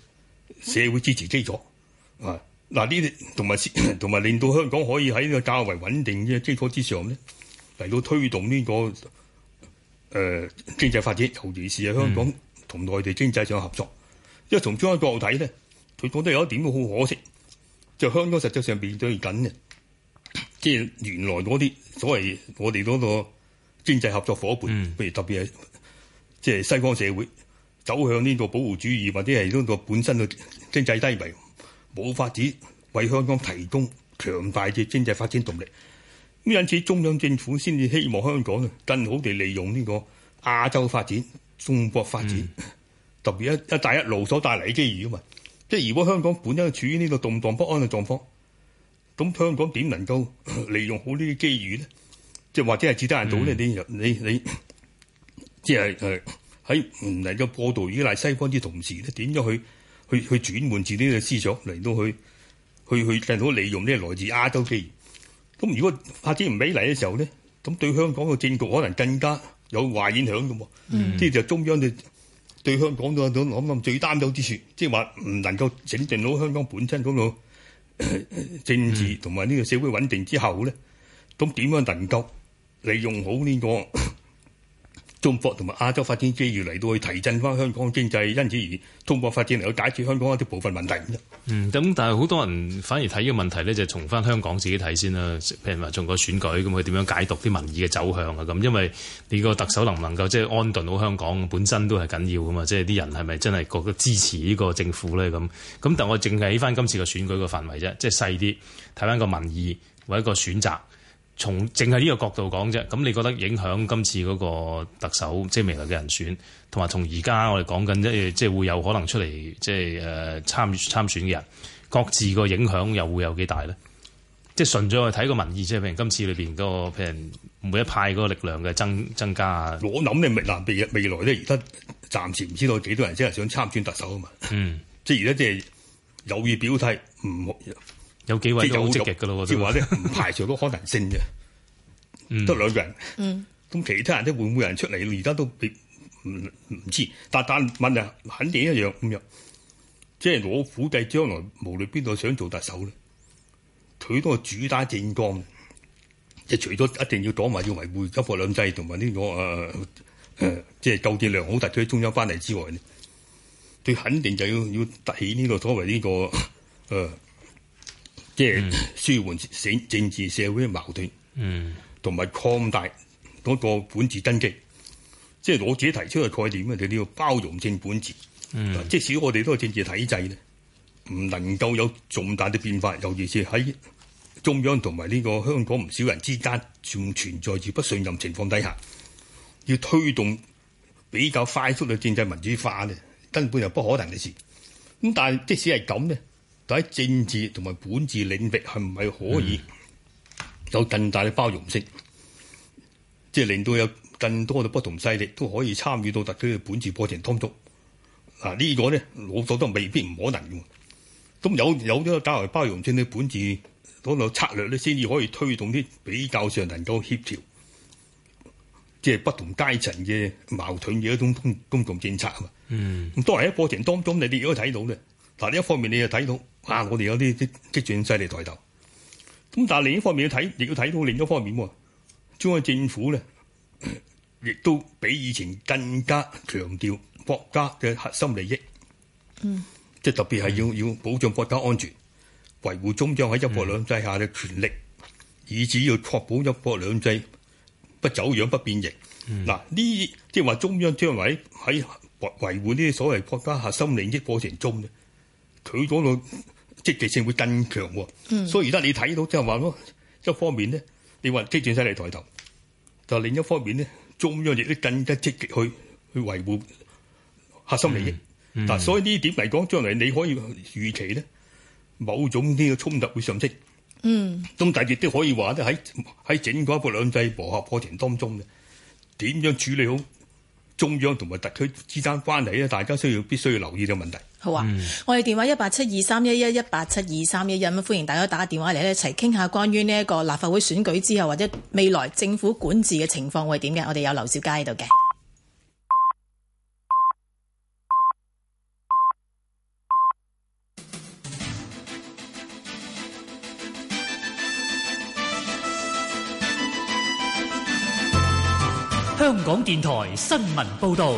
社會支持基礎啊。嗱，呢啲同埋同埋令到香港可以喺呢個較為穩定嘅基礎之上咧，嚟到推動呢、這個誒、呃、經濟發展，尤其是係香港同內地經濟上合作。嗯、因為從中央角度睇咧，佢覺得有一點好可惜，就香港實際上面對緊嘅，即係原來嗰啲所謂我哋嗰個經濟合作伙伴，譬、嗯、如特別係即係西方社會走向呢個保護主義，或者係嗰個本身嘅經濟低迷。冇法子為香港提供強大嘅經濟發展動力，咁因此中央政府先至希望香港更好地利用呢個亞洲發展、中國發展，嗯、特別一一帶一路所帶嚟嘅機遇啊嘛。即係如果香港本身處於呢個動盪不安嘅狀況，咁香港點能夠利用好呢啲機遇咧？即係或者係只得人到咧？你你你，即係誒喺唔能夠過度依賴西方之同時咧，點樣去？去去轉換自己嘅思想嚟到去去去更好利用呢來自亞洲機遇。咁如果發展唔起嚟嘅時候咧，咁對香港嘅政局可能更加有壞影響嘅喎。嗯、即係就中央對對香港都諗諗最擔憂之處，即係話唔能夠整定到香港本身嗰個政治同埋呢個社會穩定之後咧，咁點樣能夠利用好呢個中國同埋亞洲發展機遇嚟到去提振翻香港經濟，因此而通過發展嚟到解決香港一啲部分問題。 嗯，咁但係好多人反而睇呢個問題咧，就從翻香港自己睇先啦。譬如話從個選舉咁，佢點樣解讀啲民意嘅走向啊？咁因為你個特首能唔能夠即係安頓好香港，本身都係緊要噶嘛。即係啲人係咪真係覺得支持呢個政府咧？咁咁，但我淨係喺翻今次個選舉個範圍啫，即係細啲睇翻個民意或者個選擇。從淨係呢個角度講啫，咁你覺得影響今次嗰個特首即係未來嘅人選，同埋同而家我哋講緊即係即係會有可能出嚟即係誒參參選嘅人，各自個影響又會有幾大咧？即係順咗去睇個民意，即係譬如今次裏邊嗰個譬如每一派嗰個力量嘅增增加啊。 我諗你未嗱未未來咧，而家暫時唔知道幾多人真係想參選特首啊嘛。嗯，即係而家即係有意表態唔。 有幾位都好積極㗎咯， 即係話咧唔排除個可能性嘅，得、嗯、兩個人。嗯，咁其他人都會唔會有人出嚟？而家都唔唔知。但但問啊，肯定一樣咁樣。即係我估計將來無論邊度想做特首咧，佢都係主打政綱。即係除咗一定要講話要維護一國兩制同埋呢個誒誒、呃呃，即係構建良好特區中央關係之外咧，佢肯定就要要突起呢個所謂呢、這個誒。呃即係舒緩政治社會嘅矛盾，同埋擴大嗰個管治根基。即係我自己提出嘅概念咧，就叫包容性管治。嗯、即使我哋都係政治體制咧，唔能夠有重大嘅變化，尤其是喺中央同埋呢個香港唔少人之間仲存在住不信任情況底下，要推動比較快速嘅政制民主化咧，根本就不可能嘅事。咁但係即使係咁咧，喺政治同埋管治領域係唔係可以有更大嘅包容性，嗯、即係令到有更多嘅不同勢力都可以參與到特區嘅管治過程當中。嗱、啊這個、呢個咧，我覺得未必唔可能嘅。咁有有咗較為包容性嘅管治嗰個策略咧，先至可以推動啲比較上能夠協調，即係不同階層嘅矛盾嘅一種公公共政策啊嘛。嗯。咁當然喺過程當中，你哋如果睇到咧，嗱呢一方面你就睇到。啊！我哋有啲啲激進勢力抬頭，咁但係另一方面要睇，亦要睇到另一方面喎。中央政府咧，亦都比以前更加強調國家嘅核心利益。嗯，即係特別係要要保障國家安全，維護中央喺一國兩制下嘅權力，嗯、以至要確保一國兩制不走樣不變形。嗱、嗯，呢即係話中央將來喺維維護呢啲所謂國家核心利益過程中咧，佢嗰個積極性會更強喎，嗯、所以而家你睇到即係話咯，一方面咧，你話激進勢力抬頭，就另一方面咧，中央亦都更加積極去去維護核心利益。嗱、嗯嗯，所以呢點嚟講，將來你可以預期咧，某種呢個衝突會上升。嗯，咁但係亦都可以話咧，喺喺整個一國兩制磨合過程當中咧，點樣處理好中央同埋特區之間關係咧？大家需要必須要留意嘅問題。 好啊，嗯、我哋電話一八七二三一一一八七二三一一，咁歡迎大家打電話嚟咧，一齊傾下關於呢一個立法會選舉之後或者未來政府管治嘅情況會點嘅。我哋有劉兆佳喺度嘅。 香港電台新聞報道。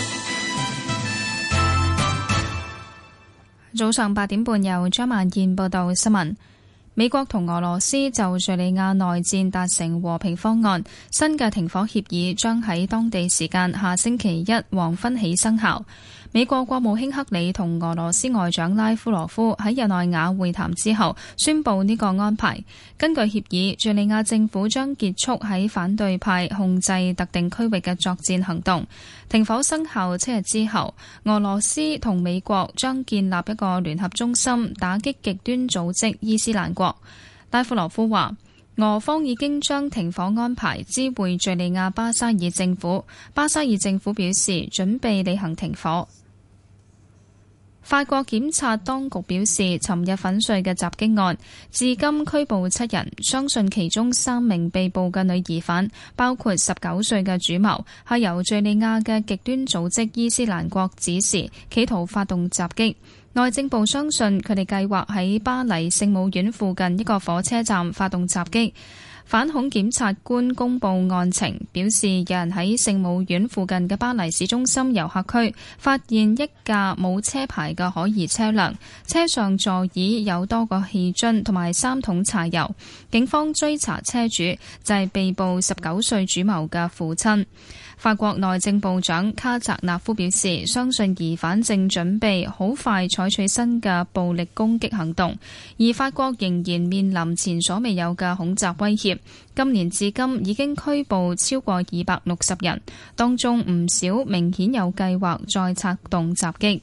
早上八點半，由張萬燕報道新聞。美國同俄羅斯就敘利亞內戰達成和平方案，新嘅停火協議將喺當地時間下星期一黃昏起生效。美國國務卿克里同俄羅斯外長拉夫羅夫喺日內瓦會談之後宣布呢個安排。根據協議，敘利亞政府將結束喺反對派控制特定區域嘅作戰行動。停火生效七日之後，俄羅斯同美國將建立一個聯合中心，打擊極端組織伊斯蘭國。拉夫羅夫話，俄方已經將停火安排知會敘利亞巴沙爾政府，巴沙爾政府表示準備履行停火。法國檢察當局表示，尋日粉碎嘅襲擊案，至今拘捕七人，相信其中三名被捕嘅女疑犯，包括十九歲嘅主謀，係由敘利亞嘅極端組織伊斯蘭國指示，企圖發動襲擊。內政部相信佢哋計劃喺巴黎聖母院附近一個火車站發動襲擊。反恐檢察官公布案情，表示有人喺聖母院附近嘅巴黎市中心遊客區發現一架冇車牌嘅可疑車輛，車上座椅有多個氣樽同埋三桶柴油。警方追查車主，就係被捕十九歲主謀嘅父親。法國內政部長卡澤納夫表示，相信疑犯正準備好快採取新嘅暴力攻擊行動，而法國仍然面臨前所未有嘅恐襲威脅。今年至今已經拘捕超過二百六十人，當中唔少明顯有計劃再策動襲擊。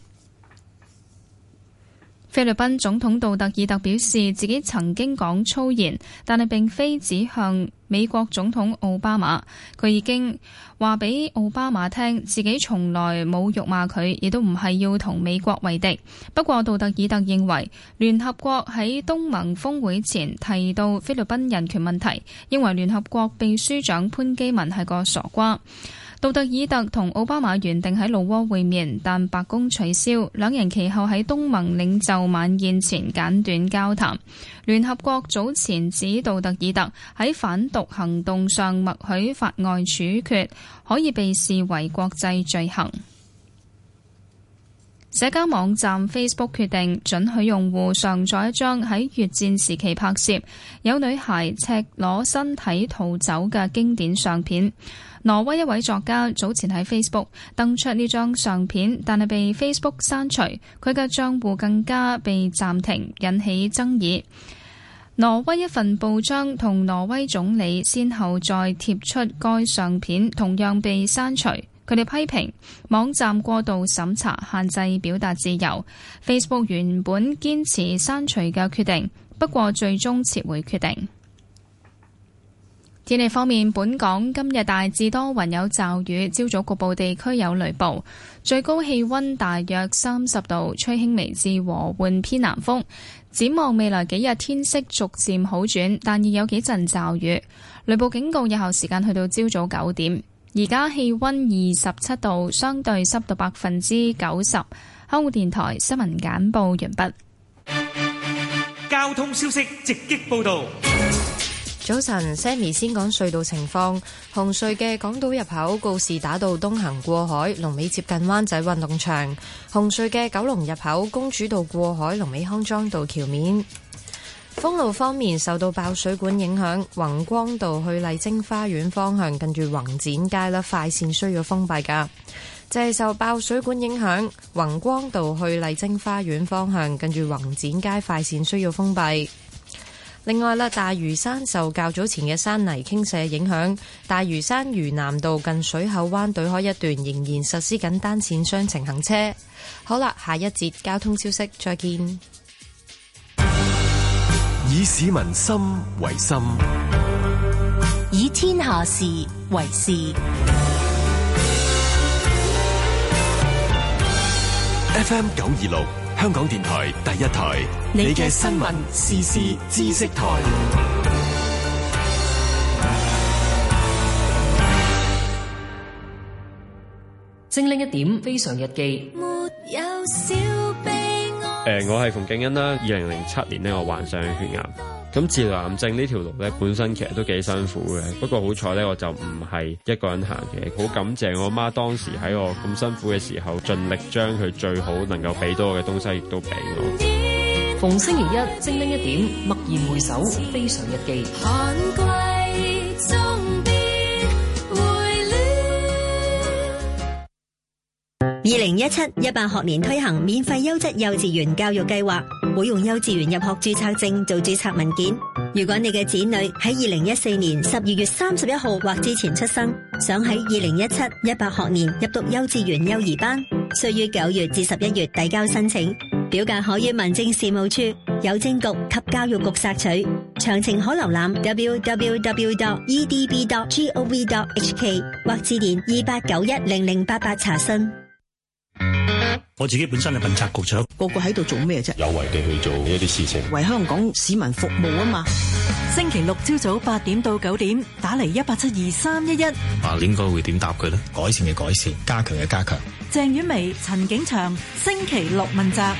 菲律賓總統杜特爾特表示自己曾經講粗言，但係並非指向美國總統奧巴馬。佢已經話俾奧巴馬聽，自己從來冇辱罵佢，亦都唔係要同美國為敵。不過杜特爾特認為，聯合國喺東盟峰會前提到菲律賓人權問題，認為聯合國秘書長潘基文係個傻瓜。杜特爾特同奧巴馬原定喺老撾會面，但白宮取消，兩人其後喺東盟領袖晚宴前簡短交談。聯合國早前指杜特爾特喺反毒行動上默許法外處決，可以被視為國際罪行。社交網站 Facebook 決定准許用戶上載一張喺越戰時期拍攝有女孩赤裸身體逃走嘅經典相片。挪威一位作家早前喺 Facebook 登出呢張相片，但係被 Facebook 刪除，佢嘅賬戶更加被暫停，引起爭議。挪威一份報章同挪威總理先後再貼出該相片，同樣被刪除。佢哋批評網站過度審查，限制表達自由。Facebook 原本堅持刪除嘅決定，不過最終撤回決定。天氣方面，本港今日大致多雲有驟雨，朝早局部地區有雷暴，最高氣溫大約三十度，吹輕微至和緩偏南風。展望未來幾日天色逐漸好轉，但亦有幾陣驟雨。雷暴警告有效時間去到朝早九點。而家氣溫二十七度，相對濕度百分之九十。香港電台新聞簡報完畢。 交通消息直擊報道。 早晨 ，Sammy 先講隧道情況。紅隧嘅港島入口告士打道東行過海，龍尾接近灣仔運動場；紅隧嘅九龍入口公主道過海，龍尾康莊道橋面。封路方面，受到爆水管影響，宏光道去麗晶花園方向近住宏展街啦，快線需要封閉噶。就係受爆水管影響，宏光道去麗晶花園方向近住宏展街快線需要封閉。另外啦，大嶼山受較早前嘅山泥傾瀉影響，大嶼山嶼南道近水口灣對開一段仍然實施緊單線雙程行車。好啦，下一節交通消息再見。 以市民心為心， 以天下事為事。 F M 九二六，香港電台第一台，你嘅新聞時事知識台。 精靈一點非常日記。沒有小悲哀。誒、呃，我係馮敬恩啦。二零零七年呢，我患上血癌。 咁治療癌症呢條路咧，本身其實都幾辛苦嘅。不過好彩咧，我就唔係一個人行嘅。好感謝我媽當時喺我咁辛苦嘅時候，盡力將佢最好能夠俾到我嘅東西，亦都俾我。 逢星期一精靈一點，驀然回首，非常日記。 寒季中變回二零一七一八學年推行免費優質幼稚園教育計劃，會用幼稚園入學註冊證做註冊文件。如果你嘅子女喺二零一四年十二月三十一號或之前出生，想喺二零一七一八學年入讀幼稚園幼兒班，需於九月至十一月遞交申請。表格可於民政事務處、郵政局及教育局索取，詳情可瀏覽 w w w dot e d b dot gov dot h k 或致電二八九一零零八八查詢。 我自己本身係問責局長， 個個喺度做咩啫？ 有為地去做一啲事情， 為香港市民服務啊嘛。 星期六朝早八點到九點，打嚟一八七二三一一。 啊，應該會點答佢呢？改善嘅改善，加強嘅加強。 鄭婉薇、陳景祥，星期六問責。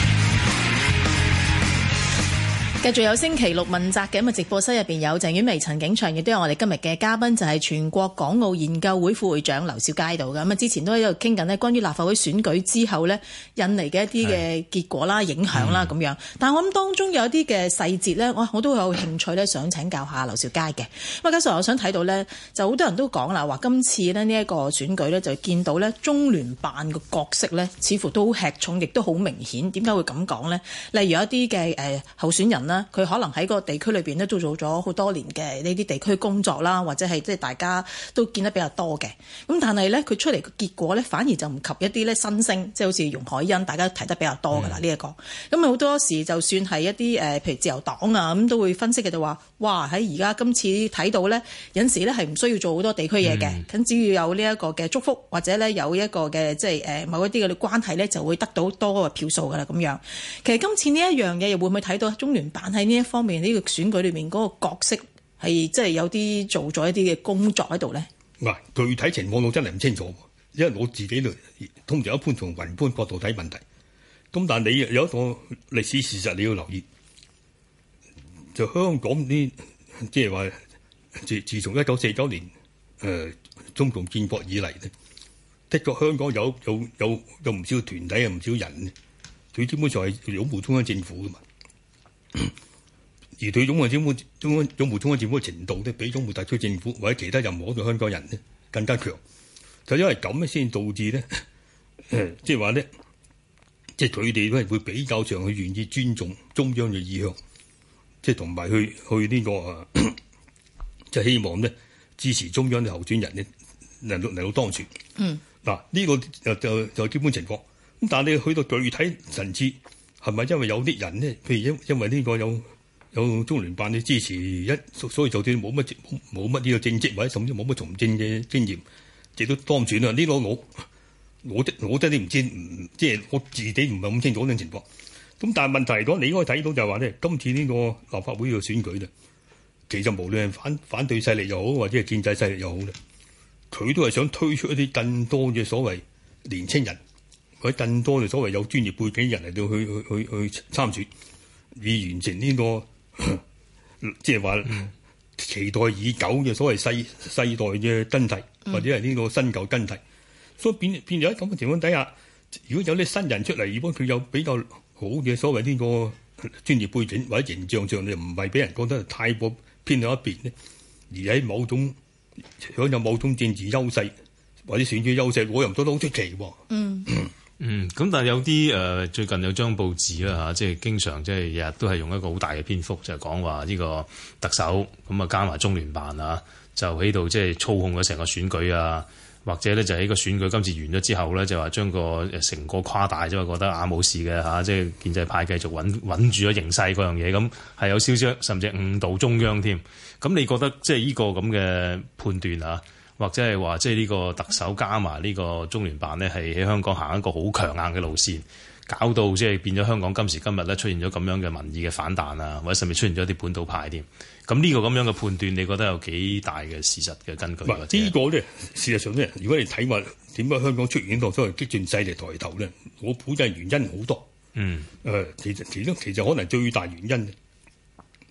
繼續有星期六問責嘅，咁啊直播室入邊有鄭婉薇、陳景祥，亦都有我哋今日嘅嘉賓，就係全國港澳研究會副會長劉兆佳度嘅。咁啊之前都喺度傾緊呢，關於立法會選舉之後呢引嚟嘅一啲嘅結果啦、影響啦咁樣。但係我諗當中有一啲嘅細節呢，我我都有興趣呢，想請教下劉兆佳嘅。咁啊，加上我想睇到呢，就好多人都講啦，話今次呢呢一個選舉呢，就見到呢中聯辦嘅角色呢，似乎都好吃重，亦都好明顯。點解會咁講呢？例如有一啲嘅誒候選人佢可能喺個地區裏邊咧都做咗好多年嘅呢啲地區工作啦，或者係即係大家都見得比較多嘅。咁但係咧佢出嚟嘅結果咧，反而就唔及一啲咧新星，即係好似容海恩，大家提得比較多㗎啦呢一個。咁好多時就算係一啲誒，譬如自由黨啊，咁都會分析嘅就話，哇喺而家今次睇到咧，有時咧係唔需要做好多地區嘢嘅，咁、嗯、只要有呢一個嘅祝福，或者咧有一個嘅即係誒某一啲嘅關係咧，就會得到多個票數㗎啦咁樣。其實今次呢一樣嘢，又會唔會睇到中聯辦喺呢一方面呢、這個選舉裏面嗰個角色係即係有啲做咗一啲嘅工作喺度咧？ 嗱，具體情況我真係唔清楚，因為我自己咧通常一般從宏觀角度睇問題。咁但係你有一個歷史事實你要留意，就香港呢，即係話自自從一九四九年誒、呃、中共建國以嚟咧，的確香港有有有有唔少團體啊，唔少人，佢基本上係擁護中央政府噶嘛。而對擁護政府、中央擁護中央政府嘅程度咧，比擁護特區政府或者其他任何一個香港人咧更加強。就因為咁咧，先導致咧，即係話咧，即係佢哋都係會比較上去願意尊重中央嘅意向，即係同埋去去呢、這個啊，即係希望咧支持中央嘅候選人咧能夠能夠當選。嗯，嗱呢、這個就就就基本情況。咁但係你去到具體層次，係咪因為有啲人咧，譬如因因為呢個有有中聯辦嘅支持，一所以就算冇乜冇乜呢個政績或者甚至冇乜從政嘅經驗，亦都當選啦。呢個我我我真係唔知，即係我自己唔係咁清楚呢種情況。咁但係問題嚟講，你應該睇到就係話咧，今次呢個立法會嘅選舉咧，其實無論係反反對勢力又好，或者係建制勢力又好咧，佢都係想推出一啲更多嘅所謂年青人，或者更多嘅所謂有專業背景人嚟到去去去去參選，以完成呢、這個。即係話期待已久嘅所謂世世代嘅更替，或者係呢個新舊更替，嗯、所以變變咗喺咁嘅情況底下，如果有啲新人出嚟，如果佢有比較好嘅所謂呢個專業背景或者形象上，你唔係俾人覺得太過偏向一邊咧，而喺某種享有某種政治優勢或者選舉優勢，我又唔覺得好出奇喎。嗯。 嗯，咁但係有啲誒、呃，最近有張報紙啦嚇，即係經常即係日日都係用一個好大嘅篇幅，就係講話呢個特首咁啊，加埋中聯辦啊，就喺度即係操控咗成個選舉啊，或者咧就喺個選舉今次完咗之後咧，就話將個成個誇大咗，覺得啊冇事嘅嚇，即係建制派繼續穩穩住咗形勢嗰樣嘢，咁係有少少甚至誤導中央添。咁你覺得即係呢個咁嘅判斷啊？或者係話，即係呢個特首加埋呢個中聯辦呢，係喺香港行一個好強硬嘅路線，搞到即係變咗香港今時今日咧出現咗咁樣嘅民意嘅反彈啊，或者甚至出現咗一啲本土派添。咁呢個咁樣嘅判斷，你覺得有幾大嘅事實嘅根據？ 嗱，呢個咧事實上咧，如果你睇話點解香港出現呢個所謂激進勢力抬頭咧，我估計原因好多。嗯。誒、呃，其實其中其實可能最大原因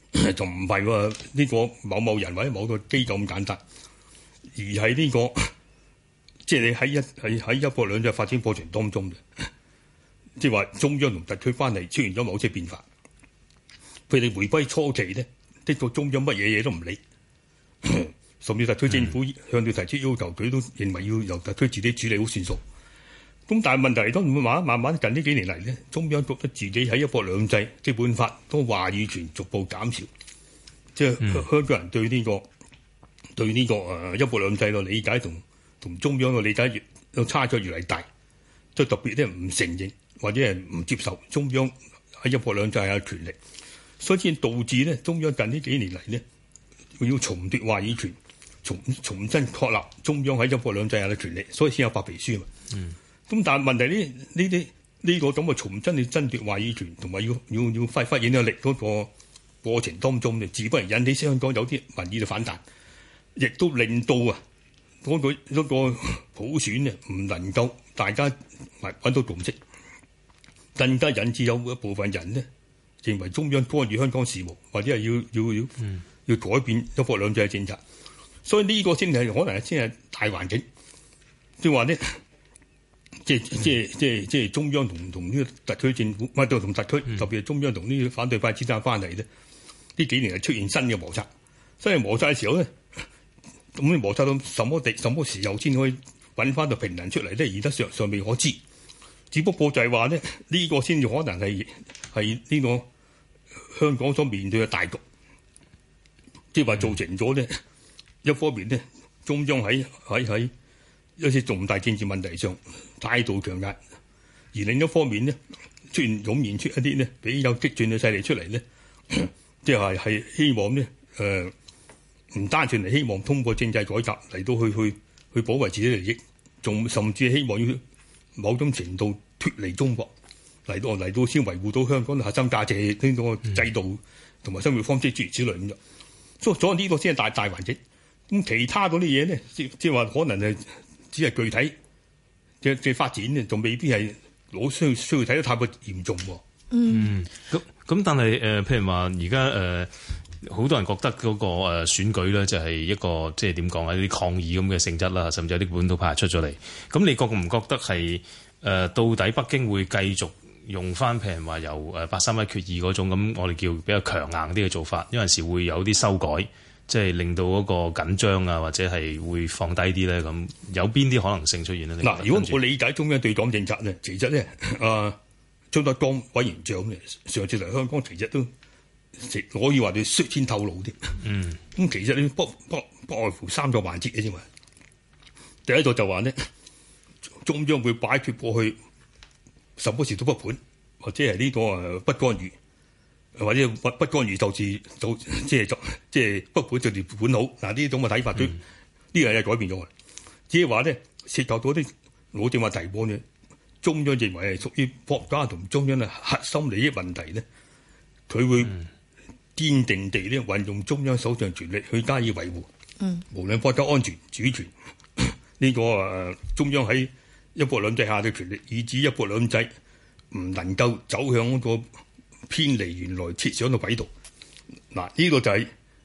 就唔係喎呢個某某人或者某個機構咁簡單，而係呢、這個即係你喺一喺喺一國兩制發展過程當中嘅，即係話中央同特區關係出現咗某些變化。佢哋回歸初期呢，的確中央乜嘢嘢都唔理，甚至特區政府向佢提出要求，佢都認為要由特區自己處理好算數。咁但係問題都唔會慢慢慢近呢幾年嚟呢，中央覺得自己喺一國兩制基本法都話語權逐步減少，即係、嗯、香港人對呢、這個對呢、這個誒、呃、一國兩制嘅理解同同中央嘅理解越都差距越嚟大，即係特別咧唔承認或者係唔接受中央喺一國兩制下嘅權力，所以先導致呢中央近呢幾年嚟呢要重奪話語權，重重新確立中央喺一國兩制下嘅權力，所以先有白皮書啊嘛。嗯咁但係問題呢？呢啲呢個咁嘅重新去爭奪話語權，同埋要要要發揮影響力嗰個過程當中，就自不然引起香港有啲民意嘅反彈，亦都令到啊嗰個嗰個普選啊唔能夠大家揾到共識，更加引致有一部分人呢認為中央干預香港事務，或者係要要要、嗯、要改變一國兩制嘅政策，所以呢個先係可能先係大環境，即係話呢。即係即係即係即係中央同同呢個特區政府，或者同特區，特別係中央同呢個反對派之間嘅關係咧，呢幾年係出現新嘅摩擦。新嘅摩擦嘅時候咧，咁你摩擦到什麼地、什麼時候先可以揾翻個平衡出嚟咧？而家尚尚未可知。只不過就係話咧，呢、這個先至可能係係呢個香港所面對嘅大局，即係話造成咗咧、嗯、一方面咧，中央喺喺喺一啲重大政治問題上態度強硬，而另一方面呢，出現湧現出一啲呢比較激進嘅勢力出嚟呢，即係係希望呢，誒唔單純係希望通過政制改革嚟到去去去保衞自己利益，仲甚至係希望要某種程度脫離中國嚟到嚟到先維護到香港嘅核心價值呢個制度同埋生活方式諸如此類咁樣。所以所以呢個先係大大環境。咁其他嗰啲嘢呢，即即係話可能係。只係具體嘅嘅發展咧，就未必係攞需需要睇得太過嚴重喎。 嗯，咁咁，但係誒、呃，譬如話而家誒，好、呃、多人覺得嗰個誒選舉咧，就係一個即係點講啊？啲抗議咁嘅性質啦，甚至有啲本土派出咗嚟。咁你覺唔覺得係誒、呃？到底北京會繼續用翻譬如話由誒八三一決議嗰種咁，我哋叫比較強硬啲嘅做法，有陣時會有啲修改。即係令到嗰個緊張啊，或者係會放低啲咧，咁有邊啲可能性出現咧？ 嗱，如果我理解中央對港政策咧，其實咧，啊，張德江委員長咧，上次嚟香港其實都可以話你率先透露啲。嗯。咁其實你不不不外乎三個環節嘅啫嘛。第一個就話呢，中央會擺脱過去什麼事都不管，或者係呢個誒不干預。或者不不干預就是就即係即係不管就條管好嗱，呢種嘅睇法都呢樣嘢改變咗。只係話咧，涉及到啲我正話提過嘅中央認為係屬於國家同中央嘅核心利益問題咧，佢會堅定地咧運用中央手上權力去加以維護。嗯，無論國家安全、主權呢、這個誒、呃、中央喺一國兩制下嘅權力，以至一國兩制唔能夠走向嗰個偏離原來設想嘅軌道，嗱、這、呢個就係、是、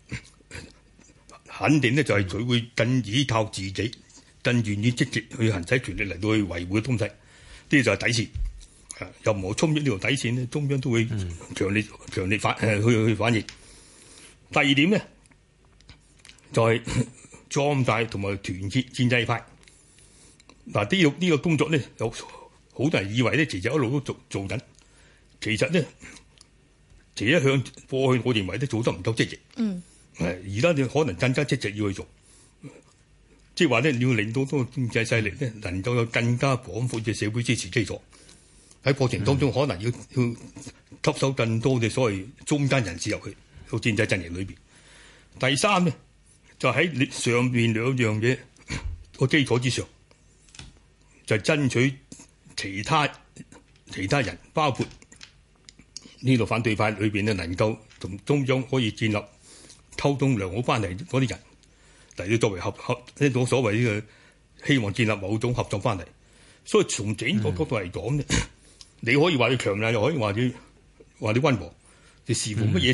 肯定咧，就係佢會更依靠自己，更願意積極去行使權力嚟到去維護嘅東西，呢、這個就係底線。任何衝擊呢條底線咧，中央都會強烈強烈反誒去去反應。第二點咧，就係壯大同埋團結建制派。嗱，呢個呢個工作咧，有好多人以為咧，其實一路都做做緊，其實咧。其實一向過去，我認為都做得唔夠積極。嗯，誒，而家你可能更加積極要去做，即係話咧，你要令到嗰個經濟勢力咧，能夠有更加廣闊嘅社會支持基礎。喺過程當中，可能要要吸收更多嘅所謂中間人士入去到建制陣營裏邊。第三咧，就喺上面兩樣嘢個基礎之上，就係爭取其他其他人，包括。呢度反對派裏邊咧，能夠同中央可以建立溝通良好關係嗰啲人，嚟到作為合合呢種所謂呢個希望建立某種合作關係。所以從整個角度嚟講咧，嗯、你可以話佢強硬，又可以話佢話你溫和，就視乎乜嘢情況。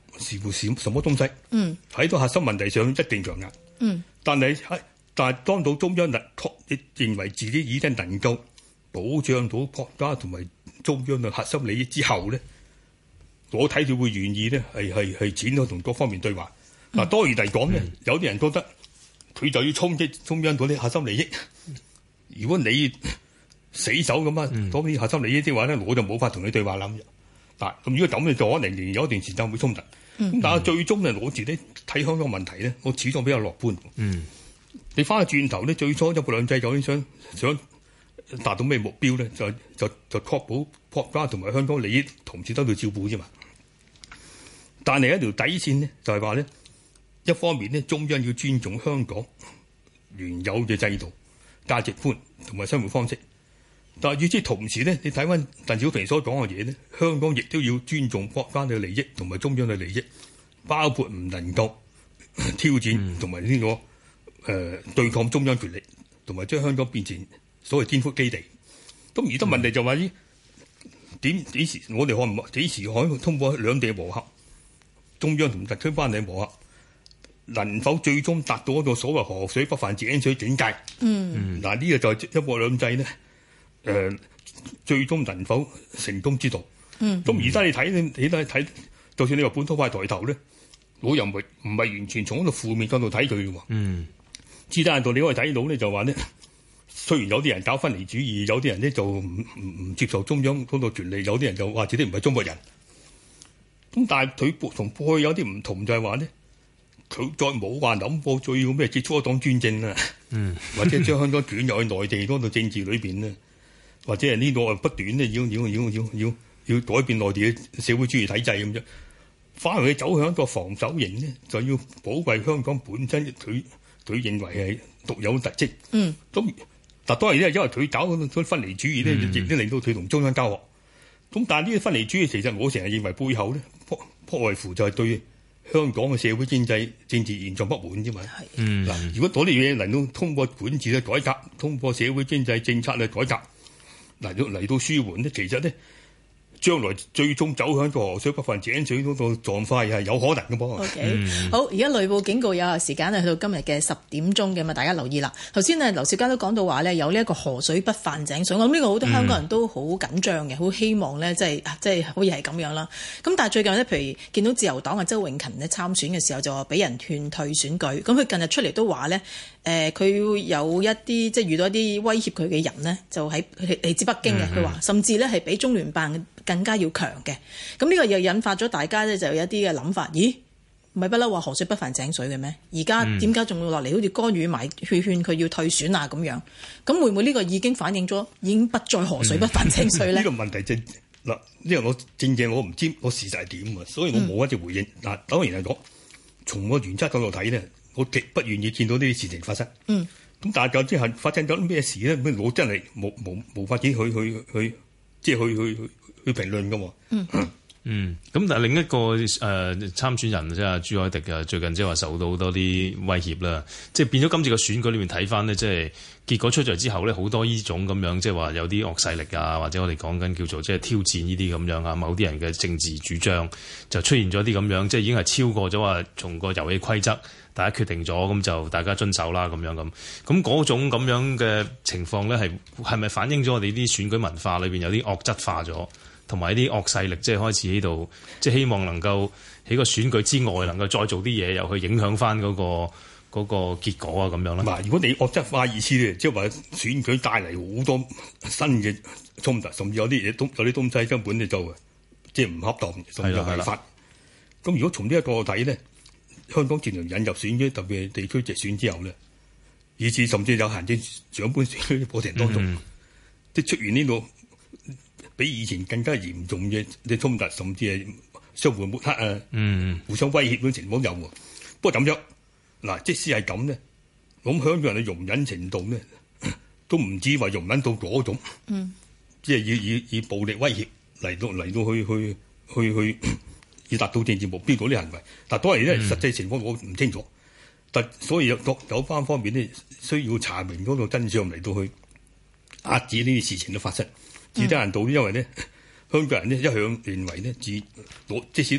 視乎什什麼東西。 嗯， 喺到核心問題上一定強硬。 嗯， 但係喺但係當到中央能確認為自己已經能夠保障到國家同埋中央嘅核心利益之後咧，我睇佢會願意咧係係係展開同各方面對話。嗱、嗯，當然嚟講咧，嗯、有啲人覺得佢就要衝擊中央嗰啲核心利益。如果你死守咁啊，嗰啲核心利益嘅話咧，我就冇法同你對話啦。嗱，咁如果咁嘅就可能仍然有一段時間會衝突。咁、嗯、但係最終咧，我自己睇香港問題咧，我始終比較樂觀。嗯，你翻去轉頭咧，最初一國兩制究竟想想達到咩目標咧？就就就確保國家同埋香港利益同時得到照顧啫嘛。但係一條底線呢，就係話咧，一方面呢，中央要尊重香港原有嘅制度、價值觀同埋生活方式。但係與之同時咧，你睇翻鄧小平所講嘅嘢咧，香港亦都要尊重國家嘅利益同埋中央嘅利益，包括唔能夠挑戰同埋呢個誒、呃、對抗中央權力，同埋將香港變成所謂顛覆基地。咁而家問題就話呢點幾時我哋可唔幾時可以通過兩地和合，中央同特區班嘅和合，能否最終達到一個所謂河水不犯井水境界？嗯，嗱呢個就係一國兩制咧。誒、呃，最終能否成功之道？嗯，咁而家你睇你你都睇，就算你話本土派抬頭咧，我又唔係唔係完全從嗰個負面角度睇佢嘅喎。嗯，之但係你可以睇到咧，就話咧，雖然有啲人搞分離主義，有啲人咧就唔唔唔接受中央嗰個權力，有啲人就話自己唔係中國人。咁但係佢同過去有啲唔同，就係話咧，佢再冇話諗過最要咩結束一黨專政啊，嗯，或者將香港捲入去內地嗰度政治裏邊咧。或者係呢個不斷咧，要要要要要要改變內地嘅社會主義體制咁啫。反而佢走向一個防守型呢，就要保衞香港本身佢佢認為係獨有特質。嗯。咁但當然咧，因為佢搞嗰分離主義咧，亦都令到佢同中央交惡。咁但係呢啲分離主義，其實我成日認為背後咧，頗頗為乎就係對香港嘅社會經濟政治現狀不滿啫嘛。係。嗯。嗱，如果嗰啲嘢能夠通過管治嘅改革，通過社會經濟政策嘅改革。嚟到嚟到舒緩咧，其實咧將來最終走向個河水不犯井水嗰個狀況係有可能嘅噃。O K， 好，而家雷暴警告有效時間係去到今日嘅十點鐘嘅嘛，大家留意啦。頭先啊，劉兆佳都講到話咧，有呢一個河水不犯井水，我諗呢個好多香港人都好緊張嘅，好、嗯、希望咧，即係即係可以係咁樣啦。咁但係最近呢，譬如見到自由黨啊周永勤咧參選嘅時候就話俾人勸退選舉，咁佢近日出嚟都話咧。誒、呃、佢有一啲即係遇到一啲威脅佢嘅人呢，就喺嚟自北京嘅。佢話、嗯、甚至呢係比中聯辦更加要強嘅。咁呢個又引發咗大家呢，就有一啲嘅諗法。咦，唔係不嬲話河水不犯井水嘅咩？而家點解仲要落嚟好似干預埋勸勸佢要退選啊咁樣？咁會唔會呢個已經反映咗已經不再河水不犯井水咧？呢、 嗯呢個問題就嗱，因為我正正我唔知我事實係點啊，所以我冇一隻回應。嗱、嗯，當然係講從個原則角度睇呢。我極不願意見到呢啲事情發生。嗯，咁但係究竟係發生咗咩事咧？我真係冇冇冇法子去去去，即係去去去去評論㗎喎。嗯嗯，咁但係另一個誒、呃、參選人即係朱凱廸啊，最近即係話受到好多啲威脅啦，即係變咗今次嘅選舉裏面睇翻呢，即係結果出咗之後咧，好多呢種咁樣，即係話有啲惡勢力啊，或者我哋講緊叫做即係挑戰呢啲咁樣啊，某啲人嘅政治主張就出現咗啲咁樣，即係已經係超過咗話從個遊戲規則。大家決定咗，咁就大家遵守啦，咁樣咁，咁嗰種咁樣嘅情況咧，係係咪反映咗我哋啲選舉文化裏邊有啲惡質化咗，同埋一啲惡勢力即係開始喺度，即係希望能夠喺個選舉之外能夠再做啲嘢，又去影響翻嗰個嗰個結果啊，咁樣咧。 嗱，如果你惡質化意思咧，即係話選舉帶嚟好多新嘅衝突，甚至有啲嘢東有啲東西根本就就即係唔恰當，甚至違法。咁如果從呢一個睇咧？香港自從引入選舉，特別係地區直選之後咧，以至甚至有行政長官選舉嘅過程當中，即、嗯、係出現呢個比以前更加嚴重嘅嘅衝突，甚至係相互抹黑啊、嗯、互相威脅嗰啲情況有喎。不過咁樣嗱，即使係咁咧，咁香港人嘅容忍程度咧，都唔止話容忍到嗰種，嗯、即係以以以暴力威脅嚟到嚟到去去去去。去要達到政治目標嗰啲行為，但當然咧實際情況我唔清楚，嗯、但所以有有關方面咧需要查明嗰個真相嚟到去遏止呢啲事情嘅發生。至低限度，因為咧香港人咧一向認為咧自我即使我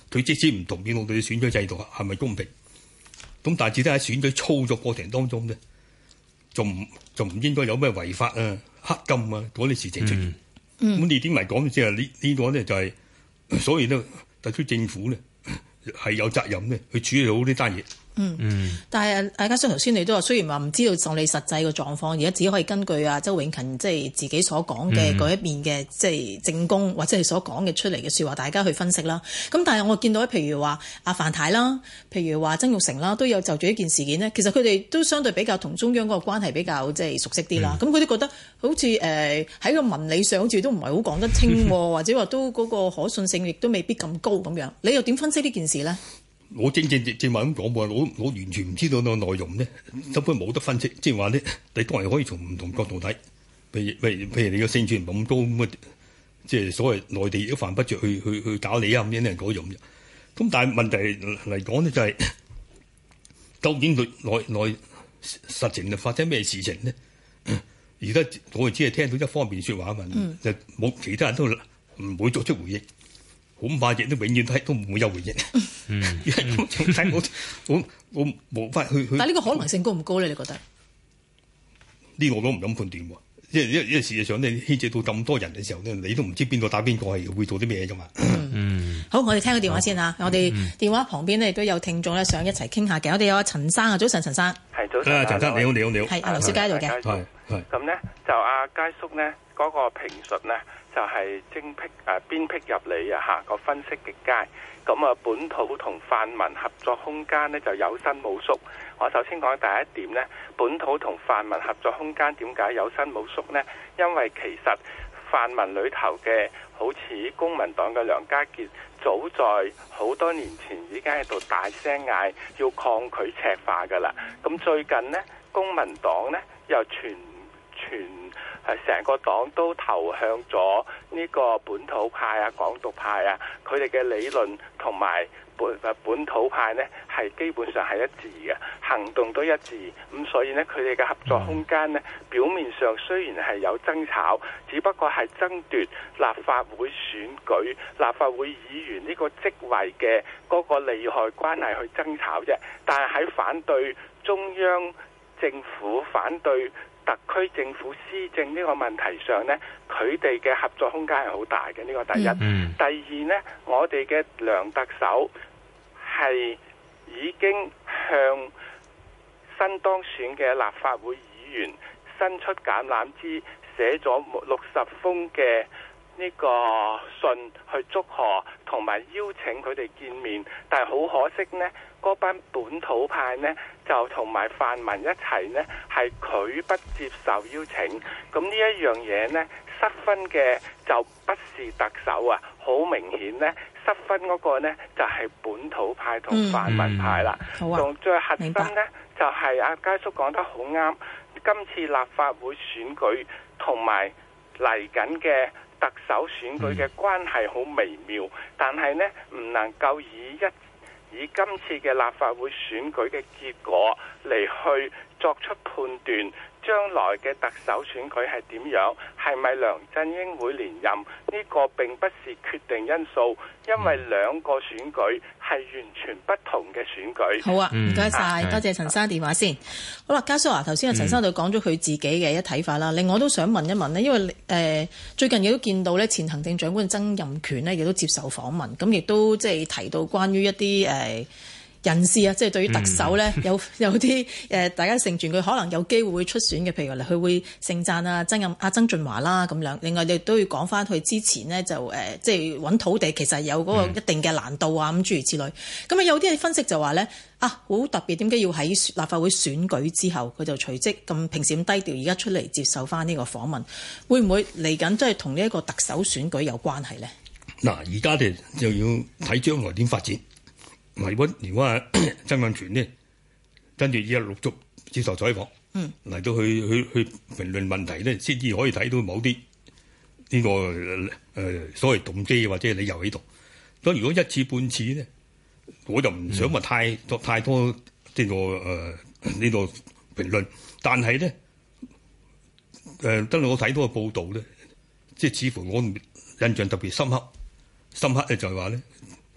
佢即使唔同意我哋嘅選舉制度係咪公平，咁但係只係喺選舉操作過程當中咧，就唔就唔應該有咩違法啊、黑金啊嗰啲事情出現。咁、嗯、呢點嚟講，即係呢呢個咧就係、是，所以咧特區政府咧係有責任咧去處理好呢單嘢。 嗯嗯，但係阿家叔頭先你都話，雖然話唔知道受你實際嘅狀況，而家只可以根據阿周永勤即係自己所講嘅嗰一邊嘅即係證供，或者係所講嘅出嚟嘅説話，大家去分析啦。咁但係我見到譬如話阿范太啦，譬如話曾鈺成啦，都有就住呢件事件呢，其實佢哋都相對比較同中央嗰個關係比較即係熟悉啲啦。咁佢哋覺得好似誒喺個文理上好似都唔係好講得清，或者話都嗰個可信性亦都未必咁高咁樣。你又點分析呢件事呢？ 我正正正話咁講喎，我我完全唔知道個內容咧，根本冇得分析。即係話咧，你當然可以從唔同角度睇，譬如譬如譬如你個勝算唔咁高咁啊，即係所謂內地都犯不着去去去搞你啊咁樣咧嗰種。咁但係問題嚟講咧，就係、是、究竟內內內實情就發生咩事情呢？而家我哋只係聽到一方面説話嘛，嗯、就冇其他人都唔會作出回應。恐怕亦都永遠都都唔會有回應，嗯，因為咁睇我我我無法去去。 但係呢個可能性高唔高咧？你覺得？ 呢個我都唔敢判斷喎，因為因為因為事實上咧牽涉到咁多人嘅時候咧，你都唔知邊個打邊個係會做啲咩㗎嘛。嗯，嗯好，我哋聽個電話先嚇，我哋電話旁邊咧亦都有聽眾咧想一齊傾下嘅，我哋有阿陳生啊，早晨陳生。 係早晨， 陳生你好你好你好。 係阿劉小佳度嘅。 係係。咁咧就阿佳叔咧嗰個評述咧。就係精闢誒邊闢入嚟啊嚇個分析極佳，咁啊本土同泛民合作空間呢就有伸冇縮。我首先講第一點呢，本土同泛民合作空間點解有伸冇縮呢？因為其實泛民裏頭嘅好似公民黨嘅梁家傑，早在好多年前已經喺度大聲嗌要抗拒赤化㗎啦。咁最近呢，公民黨呢又全全。係成個黨都投向咗呢個本土派啊、港獨派啊，佢哋嘅理論同埋本本土派呢係基本上係一致嘅，行動都一致。咁所以呢，佢哋嘅合作空間呢，表面上雖然係有爭吵，只不過係爭奪立法會選舉、立法會議員呢個職位嘅嗰個利害關係去爭吵啫。但係喺反對中央政府、反對特區政府施政呢個問題上呢，佢哋嘅合作空間係好大嘅，呢個第一。嗯、第二呢，我哋嘅梁特首係已經向新當選嘅立法會議員伸出橄欖枝，寫咗六十封嘅呢個信去祝賀同埋邀請佢哋見面，但係好可惜呢，嗰班本土派呢就同埋泛民一齊呢係拒不接受邀請。咁呢一樣嘢呢，失分嘅就不是特首啊，好明顯呢，失分嗰個呢就係本土派同泛民派啦。仲、嗯、最核心呢，就係阿佳叔講得好啱，今次立法會選舉同埋嚟緊嘅特首選舉嘅關係好微妙，嗯、但係呢唔能夠以一以今次嘅立法會選舉嘅結果嚟去作出判斷，將來嘅特首選舉係點樣，係咪梁振英會連任？呢個並不是決定因素，因為兩個選舉係完全不同嘅選舉。 好啊，唔該晒，多謝陳生電話先。好啦，家叔啊，頭先阿陳生就講咗佢自己嘅一睇法啦。另外我都想問一問呢，因為誒、呃、最近亦都見到咧，前行政長官曾蔭權呢亦都接受訪問，咁亦都即係提到關於一啲誒。呃人士啊，即係對於特首咧、嗯、有有啲誒，大家盛傳佢可能有機會會出選嘅，譬如話佢會盛讚啊曾蔭啊曾俊華啦咁樣。另外你都要講翻佢之前呢，就誒，即係揾土地其實有嗰個一定嘅難度啊咁諸如此類。咁啊有啲分析就話咧啊好特別，點解要喺立法會選舉之後佢就隨即咁平時咁低調，而家出嚟接受翻呢個訪問，會唔會嚟緊即係同呢一個特首選舉有關係咧？ 嗱，而家哋就要睇將來點發展。如果如果啊曾蔭權呢，跟住而家陸續接受採訪，嚟、嗯、到去去去評論問題咧，先至可以睇到某啲呢、這個誒、呃、所謂動機或者理由喺度。咁如果一次半次咧，我就唔想話太多、嗯、太多呢、這個誒呢、呃這個評論。但係咧誒，當、呃、我睇到個報道咧，即係似乎我印象特別深刻，深刻咧就係話咧。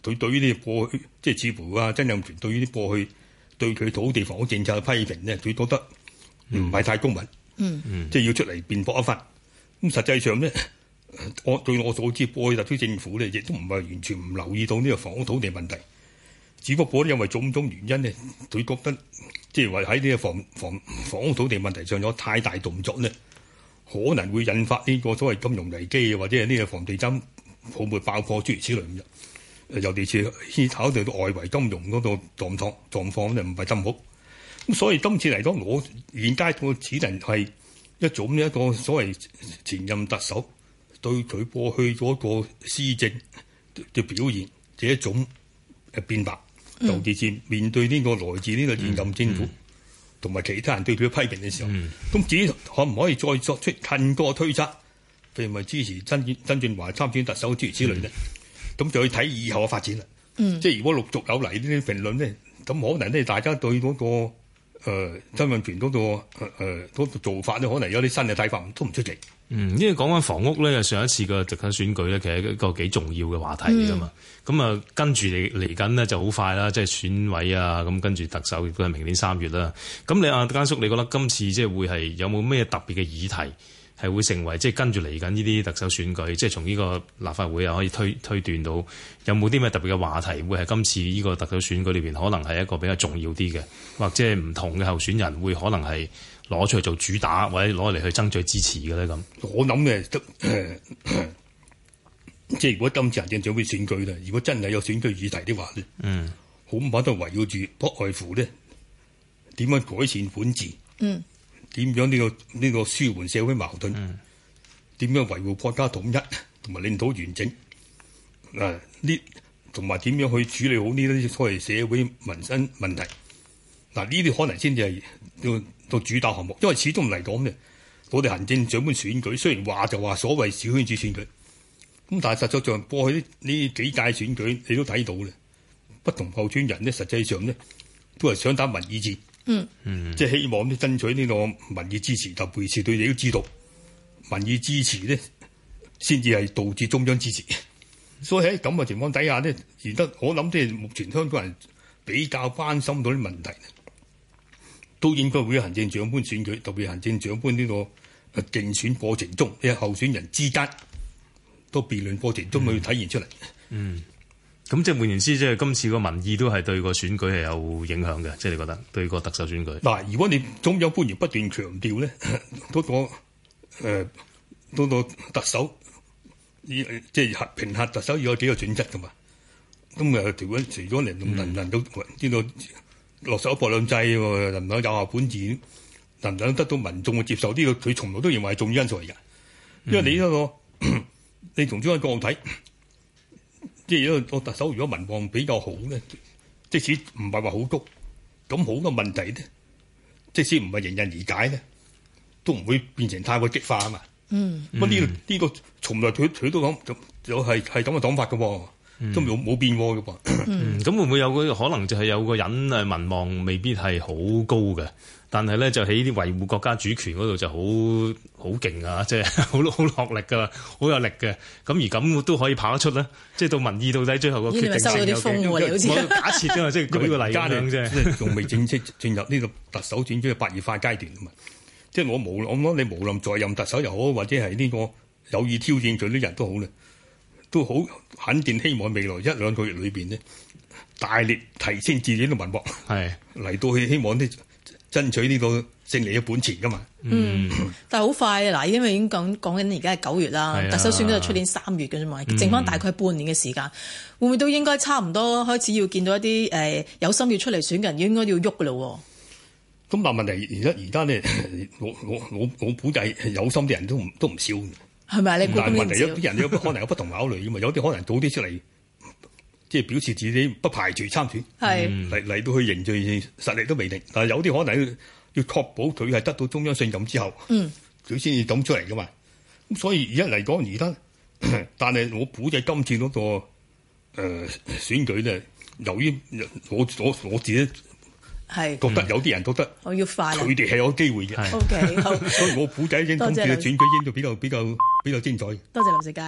佢對於呢過去即係似乎啊曾蔭權對於啲過去對佢土地房屋政策嘅批評咧，佢覺得唔係太公允，嗯嗯，即係要出嚟辯駁一番。咁實際上咧，我據我所知，過去特區政府咧亦都唔係完全唔留意到呢個房屋土地問題，只不過因為種種原因咧，佢覺得即係話喺呢個房房房屋土地問題上有太大動作咧，可能會引發呢個所謂金融危機，或者係呢個房地產泡沫爆破諸如此類咁。尤其是牽考慮到外圍金融嗰個狀況狀況咧，唔係咁好。咁所以今次嚟講，我現階段只能係一種一個所謂前任特首對佢過去嗰個施政嘅表現這一種誒辯白，尤其是面對呢個來自呢個現任政府同埋其他人對佢嘅批評嘅時候，咁、嗯、至於可唔可以再作出更多推測，譬如咪支持曾曾俊華參選特首諸如此類咧？咁、嗯、就去睇以後嘅發展啦。嗯，即係如果陸續有嚟呢啲評論咧，咁可能咧大家對嗰、那個誒、呃、曾蔭權嗰、那個誒、呃那個、做法咧，可能有啲新嘅睇法，都唔出奇。嗯，因為講緊房屋咧，上一次嘅直選選舉咧，其實一個幾重要嘅話題嚟噶嘛。咁、嗯、啊，跟住嚟嚟緊呢就好快啦，即係選委啊，咁跟住特首亦都係明年三月啦。咁你阿家叔，你覺得今次即係會係有冇咩特別嘅議題？係會成為即係跟住嚟緊呢啲特首選舉，即係從呢個立法會啊可以推推斷到有冇啲咩特別嘅話題會係今次呢個特首選舉裏邊可能係一個比較重要啲嘅，或者係唔同嘅候選人會可能係攞出去做主打，或者攞嚟去爭取支持嘅咧咁。我諗嘅、呃、即係如果今次行政長官選舉咧，如果真係有選舉議題的話咧，嗯，恐怕都圍繞住不外乎咧點樣改善管治，嗯。點樣呢、這個呢、這個舒緩社會矛盾？點、嗯、樣維護國家統一同埋領土完整？啊，呢同埋點樣去處理好呢啲所謂社會民生問題？嗱、啊，呢啲可能先至係到到主打項目，因為始終嚟講呢，我哋行政長官選舉雖然話就話所謂小圈子選舉，咁但係實際上過去呢呢幾屆選舉你都睇到咧，不同候選人呢，實際上呢，都係想打民意戰。嗯嗯，即係希望咧爭取呢個民意支持，特別是對你都知道民意支持咧，先至係導致中央支持。所以喺咁嘅情況底下咧，而家我諗即係目前香港人比較關心到啲問題，都應該會喺行政長官選舉，特別行政長官呢個競選過程中，呢候選人之間都辯論過程中去體現出嚟。嗯。嗯咁即係換言之，即係今次個民意都係對個選舉係有影響嘅，即係你覺得對個特首選舉。嗱，如果你中央官員不斷強調咧，嗰、那個誒嗰、呃那個特首，即係核評核特首要有幾個準則噶嘛？咁誒，如果除咗能能能夠呢個落實一國兩制，能唔能有效管治，能唔能得到民眾嘅接受，呢、這個佢從來都認為係重要因素嚟嘅。因為你呢、那個、嗯、你從中央角度睇。即係一個特首，如果民望比較好咧，即使唔係話好高，咁好嘅問題咧，即使唔係迎刃而解咧，都唔會變成太過激化啊嘛。嗯，咁呢個呢個從來佢佢都講就就係係咁嘅講法嘅喎，都冇冇變喎嘅噃。嗯，咁會唔會有個可能就係有個人誒民望未必係好高嘅？但係咧就喺啲維護國家主權嗰度就好好勁啊！即係好好落力噶，好有力嘅。咁而咁都可以跑得出咧，即係到民意到底最後個決定性有幾？我假設啫嘛，即係舉個例咁樣啫。即係仲未正式進入呢個特首選舉嘅白熱化階段啊嘛。即係我無我諗你無論在任特首又好，或者係呢個有意挑戰佢啲人都好咧，都好肯定希望未來一兩個月裏邊呢，大力提升自己嘅民望，係嚟到去希望呢。爭取呢個勝利嘅本錢噶嘛？嗯，但係好快嗱，因為已經講講緊而家係九月啦，特首選舉就出年三月嘅啫嘛，剩翻大概半年嘅時間，嗯、會唔會都應該差唔多開始要見到一啲誒、呃、有心要出嚟選嘅人應該要喐噶咯？咁但係問題而家而家咧，我我我我估計有心啲人都唔都唔少嘅，係咪啊？你估但係問題有啲人有可能有不同考慮嘅嘛，有啲可能早啲出嚟。即係表示自己不排除參選，嚟嚟到去凝聚實力都未定。但係有啲可能要要確保佢係得到中央信任之後，佢先至咁出嚟噶嘛。咁所以而家嚟講，而家但係我估計今次嗰、那個誒、呃、選舉咧，由於我我我自己係覺得有啲人覺得我要快，佢哋係有機會嘅。O K，好，所以我估計今次嘅選舉應該比較比較比較精彩。多謝林世界。